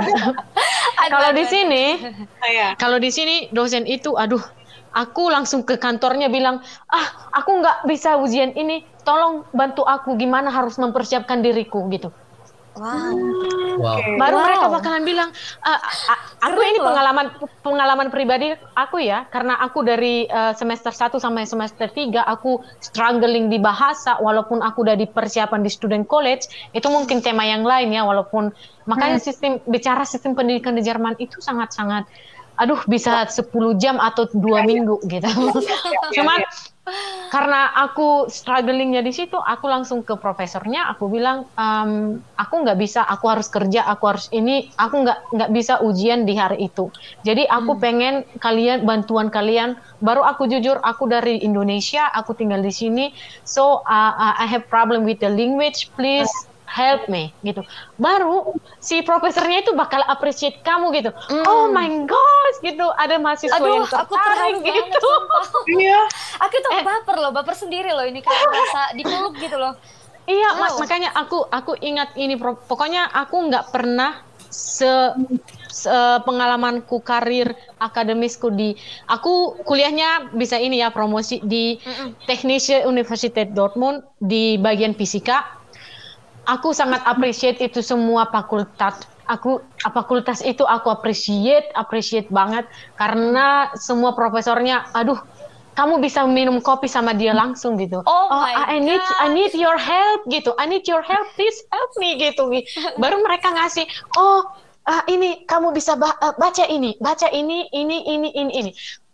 kalau di sini, kalau di sini dosen itu, aduh, aku langsung ke kantornya bilang, ah, aku nggak bisa ujian ini, tolong bantu aku gimana harus mempersiapkan diriku gitu. Wow. Wow. Baru wow. mereka bakalan bilang, uh, aku ini pengalaman pengalaman pribadi aku ya, karena aku dari uh, semester satu sampai semester tiga aku struggling di bahasa, walaupun aku udah di persiapan di student college, itu mungkin tema yang lain ya, walaupun makanya sistem bicara sistem pendidikan di Jerman itu sangat-sangat, aduh bisa sepuluh jam atau dua minggu gitu. Cuman karena aku strugglingnya di situ, aku langsung ke profesornya, aku bilang, um, aku nggak bisa, aku harus kerja, aku harus ini, aku nggak nggak bisa ujian di hari itu. Jadi aku hmm. pengen kalian, bantuan kalian. Baru aku jujur, aku dari Indonesia, aku tinggal di sini, so uh, uh, I have problem with the language, please help me gitu. Baru si profesornya itu bakal appreciate kamu gitu. Mm. Oh my gosh gitu. Ada mahasiswa Aduh, yang tertarik gitu. Iya. Aku tuh eh. baper loh, baper sendiri loh ini kayak merasa dipeluk gitu loh. Iya, wow. mak makanya aku aku ingat ini. Pokoknya aku nggak pernah se, se pengalamanku karir akademisku di aku kuliahnya bisa ini ya promosi di Mm-mm. Technische Universität Dortmund di bagian fisika. Aku sangat appreciate itu semua fakultas. Aku fakultas itu aku appreciate, appreciate banget karena semua profesornya, aduh, kamu bisa minum kopi sama dia langsung gitu. Oh, oh my I need God. I need your help gitu. I need your help, please help me gitu. Baru mereka ngasih, oh uh, ini kamu bisa ba- uh, baca ini, baca ini, ini, ini, ini, ini.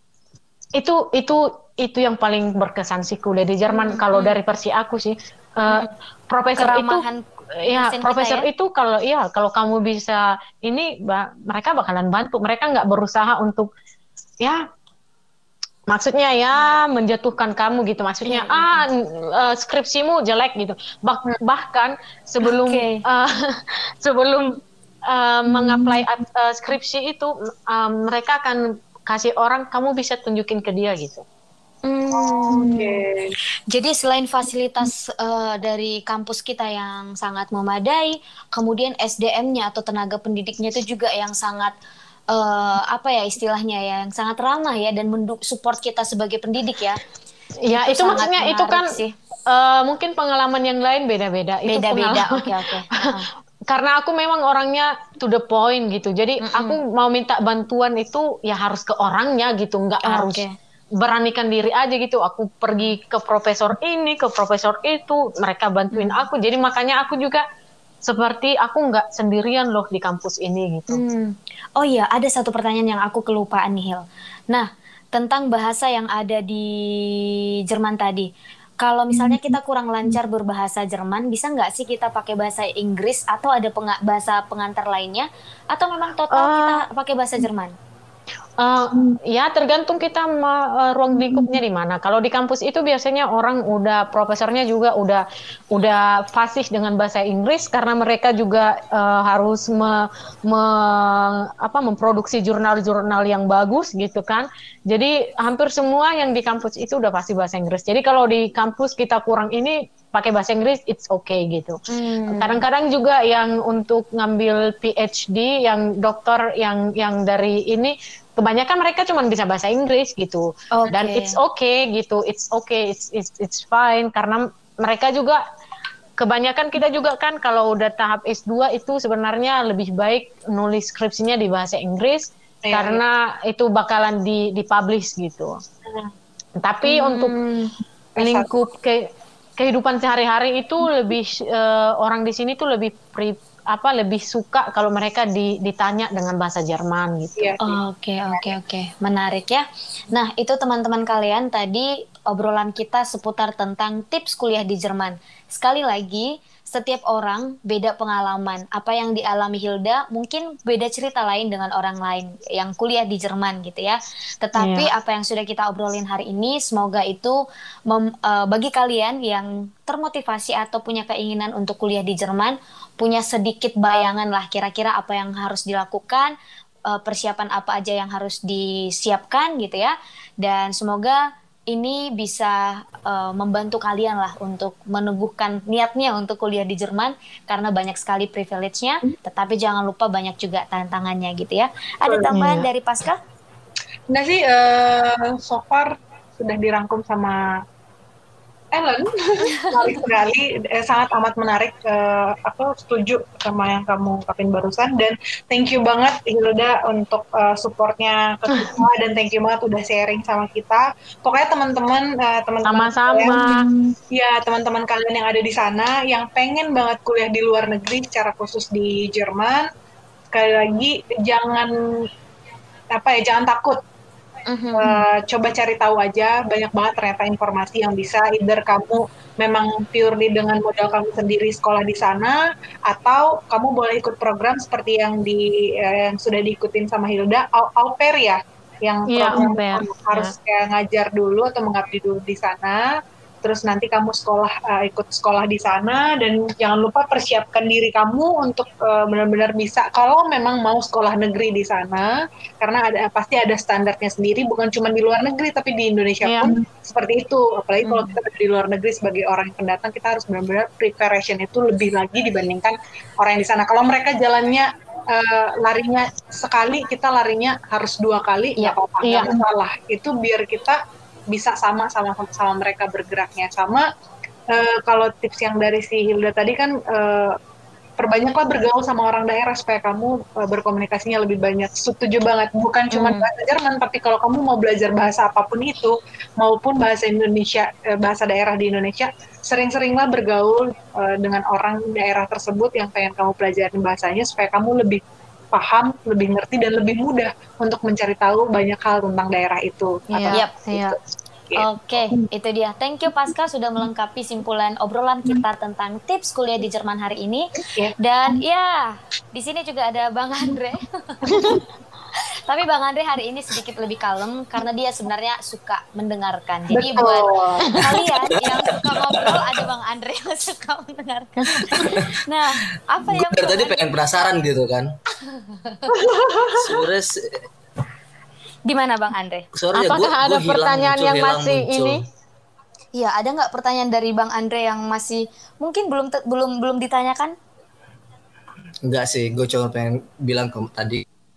Itu itu itu yang paling berkesan sih kuliah di Jerman. Hmm. Kalau dari versi aku sih. Uh, profesor Keramahan itu ya profesor ya? Itu kalau ya kalau kamu bisa ini ba, mereka bakalan bantu, mereka nggak berusaha untuk ya maksudnya ya menjatuhkan kamu gitu, maksudnya hmm. ah uh, skripsimu jelek gitu. Bah, bahkan sebelum okay. uh, sebelum uh, hmm. mengapply uh, skripsi itu uh, mereka akan kasih orang, kamu bisa tunjukin ke dia gitu. Hmm. Okay. Jadi selain fasilitas uh, dari kampus kita yang sangat memadai, kemudian S D M-nya atau tenaga pendidiknya itu juga yang sangat uh, apa ya istilahnya ya, yang sangat ramah ya dan mendukung support kita sebagai pendidik ya. Ya itu, itu maksudnya itu kan uh, mungkin pengalaman yang lain beda-beda. Beda-beda. Oke oke. Karena aku memang orangnya to the point gitu. Jadi mm-mm. aku mau minta bantuan itu ya harus ke orangnya gitu, nggak oh, harus. Okay. Beranikan diri aja gitu, aku pergi ke profesor ini, ke profesor itu, mereka bantuin hmm. aku, jadi makanya aku juga seperti aku nggak sendirian loh di kampus ini gitu. Hmm. Oh iya, ada satu pertanyaan yang aku kelupaan nih Hil. Nah, tentang bahasa yang ada di Jerman tadi, kalau misalnya kita kurang lancar berbahasa Jerman, bisa nggak sih kita pakai bahasa Inggris atau ada peng- bahasa pengantar lainnya, atau memang total uh, kita pakai bahasa Jerman? Uh, ya tergantung kita ma, uh, ruang lingkupnya di mana. Kalau di kampus itu biasanya orang udah profesornya juga udah udah fasih dengan bahasa Inggris karena mereka juga uh, harus me, me, apa, memproduksi jurnal-jurnal yang bagus gitu kan. Jadi hampir semua yang di kampus itu udah pasti bahasa Inggris. Jadi kalau di kampus kita kurang ini pakai bahasa Inggris, it's okay gitu. Hmm. Kadang-kadang juga yang untuk ngambil P H D, yang dokter yang yang dari ini, kebanyakan mereka cuma bisa bahasa Inggris gitu. Okay. Dan it's okay gitu, it's okay, it's it's it's fine karena mereka juga kebanyakan kita juga kan kalau udah tahap S dua itu sebenarnya lebih baik nulis skripsinya di bahasa Inggris yeah, karena yeah. itu bakalan di dipublish gitu. Hmm. Tapi hmm. untuk lingkup ke kehidupan sehari-hari itu lebih uh, orang di sini tuh lebih pre, apa lebih suka kalau mereka di, ditanya dengan bahasa Jerman gitu. Oke, oke, oke. Menarik ya. Nah, itu teman-teman kalian tadi obrolan kita seputar tentang tips kuliah di Jerman. Sekali lagi, setiap orang beda pengalaman. Apa yang dialami Hilda mungkin beda cerita lain dengan orang lain yang kuliah di Jerman gitu ya. Tetapi yeah. apa yang sudah kita obrolin hari ini, semoga itu mem, uh, bagi kalian yang termotivasi atau punya keinginan untuk kuliah di Jerman, punya sedikit bayangan lah kira-kira apa yang harus dilakukan, uh, persiapan apa aja yang harus disiapkan gitu ya. Dan semoga ini bisa uh, membantu kalian lah untuk meneguhkan niatnya untuk kuliah di Jerman karena banyak sekali privilege-nya, tetapi jangan lupa banyak juga tantangannya gitu ya. Ada tambahan dari Pasca? Nah sih, uh, so far sudah dirangkum sama Ellen, menarik sekali, eh, sangat amat menarik. Uh, aku setuju sama yang kamu ungkapin barusan, dan thank you banget Hilda untuk uh, supportnya ke kita, dan thank you banget udah sharing sama kita. Pokoknya teman-teman, uh, teman-teman sama-sama, kalian, ya teman-teman kalian yang ada di sana, yang pengen banget kuliah di luar negeri, secara khusus di Jerman, sekali lagi jangan apa ya, jangan takut. Uh-huh. Uh, coba cari tahu aja, banyak banget ternyata informasi yang bisa either kamu memang purely dengan modal kamu sendiri sekolah di sana, atau kamu boleh ikut program seperti yang di eh, yang sudah diikutin sama Hilda, au, au pair ya, yang yeah, program harus yeah. kayak ngajar dulu atau mengabdi dulu di sana. Terus nanti kamu sekolah uh, ikut sekolah di sana, dan jangan lupa persiapkan diri kamu untuk uh, benar-benar bisa kalau memang mau sekolah negeri di sana, karena ada pasti ada standarnya sendiri, bukan cuma di luar negeri tapi di Indonesia yeah. pun seperti itu. Apalagi kalau kita di luar negeri sebagai orang yang pendatang, kita harus benar-benar preparation itu lebih lagi dibandingkan orang yang di sana. Kalau mereka jalannya uh, larinya sekali, kita larinya harus dua kali, nggak yeah. apa-apa, nggak yeah. masalah. Itu biar kita bisa sama sama sama mereka bergeraknya. Sama uh, kalau tips yang dari si Hilda tadi kan, uh, perbanyaklah bergaul sama orang daerah supaya kamu uh, berkomunikasinya lebih banyak. Setuju banget, bukan cuma hmm. bahasa Jerman, tapi kalau kamu mau belajar bahasa apapun itu, maupun bahasa Indonesia, uh, bahasa daerah di Indonesia, sering-seringlah bergaul uh, dengan orang daerah tersebut yang pengen kamu pelajarin bahasanya, supaya kamu lebih paham, lebih ngerti, dan lebih mudah untuk mencari tahu banyak hal tentang daerah itu. Iya, iya. Oke, itu dia. Thank you Pasca sudah melengkapi simpulan obrolan kita tentang tips kuliah di Jerman hari ini. Yeah. Dan ya, di sini juga ada Bang Andre. Tapi Bang Andre hari ini sedikit lebih kalem karena dia sebenarnya suka mendengarkan. Jadi Betul. buat kalian yang suka ngobrol, ada Bang Andre yang suka mendengarkan. Nah, apa Gue yang dari tadi pengen penasaran gitu kan. Sebenarnya gimana Bang Andre? Sorry, apakah ya, gua, ada gua pertanyaan hilang, yang muncul, masih hilang, ini? Iya, ada nggak pertanyaan dari Bang Andre yang masih mungkin belum belum belum ditanyakan? Enggak sih, gue cuma pengen bilang ke tadi,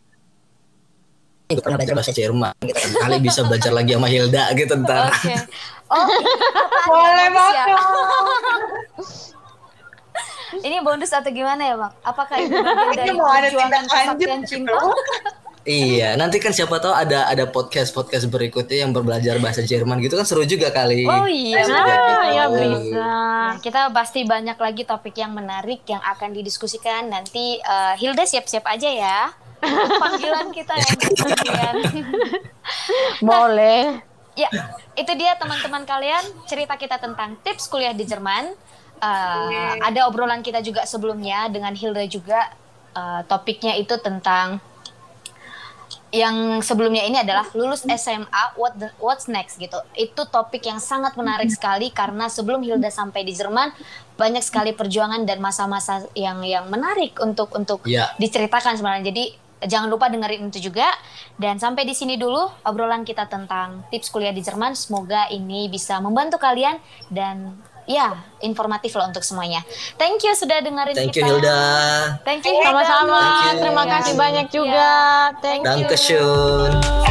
gue pernah belajar bahasa Jerman, gitu. Kali bisa belajar lagi sama Hilda gitu ntar. Oke. Okay. Oh, boleh banget. Ya? Ini bonus atau gimana ya Bang? Apakah itu bagian dari perjuangan kesaktian cinta? Iya, nanti kan siapa tahu ada ada podcast podcast berikutnya yang berbelajar bahasa Jerman gitu kan, seru juga kali. Oh iya, nah, ya bisa. Nah, kita pasti banyak lagi topik yang menarik yang akan didiskusikan nanti. uh, Hilda siap-siap aja ya. Panggilan kita yang kemudian. Boleh. Ya, itu dia teman-teman kalian, cerita kita tentang tips kuliah di Jerman. Uh, ada obrolan kita juga sebelumnya dengan Hilda juga. Uh, topiknya itu tentang yang sebelumnya ini adalah lulus S M A, what the, what's next gitu. Itu topik yang sangat menarik sekali karena sebelum Hilda sampai di Jerman banyak sekali perjuangan dan masa-masa yang yang menarik untuk untuk yeah. diceritakan sebenarnya. Jadi jangan lupa dengerin itu juga. Dan sampai di sini dulu obrolan kita tentang tips kuliah di Jerman. Semoga ini bisa membantu kalian dan ya, informatif loh untuk semuanya. Thank you sudah dengerin Thank kita. Thank you Hilda. Thank you Hilda. Sama-sama. Terima kasih banyak juga. Thank you. Dankeschön.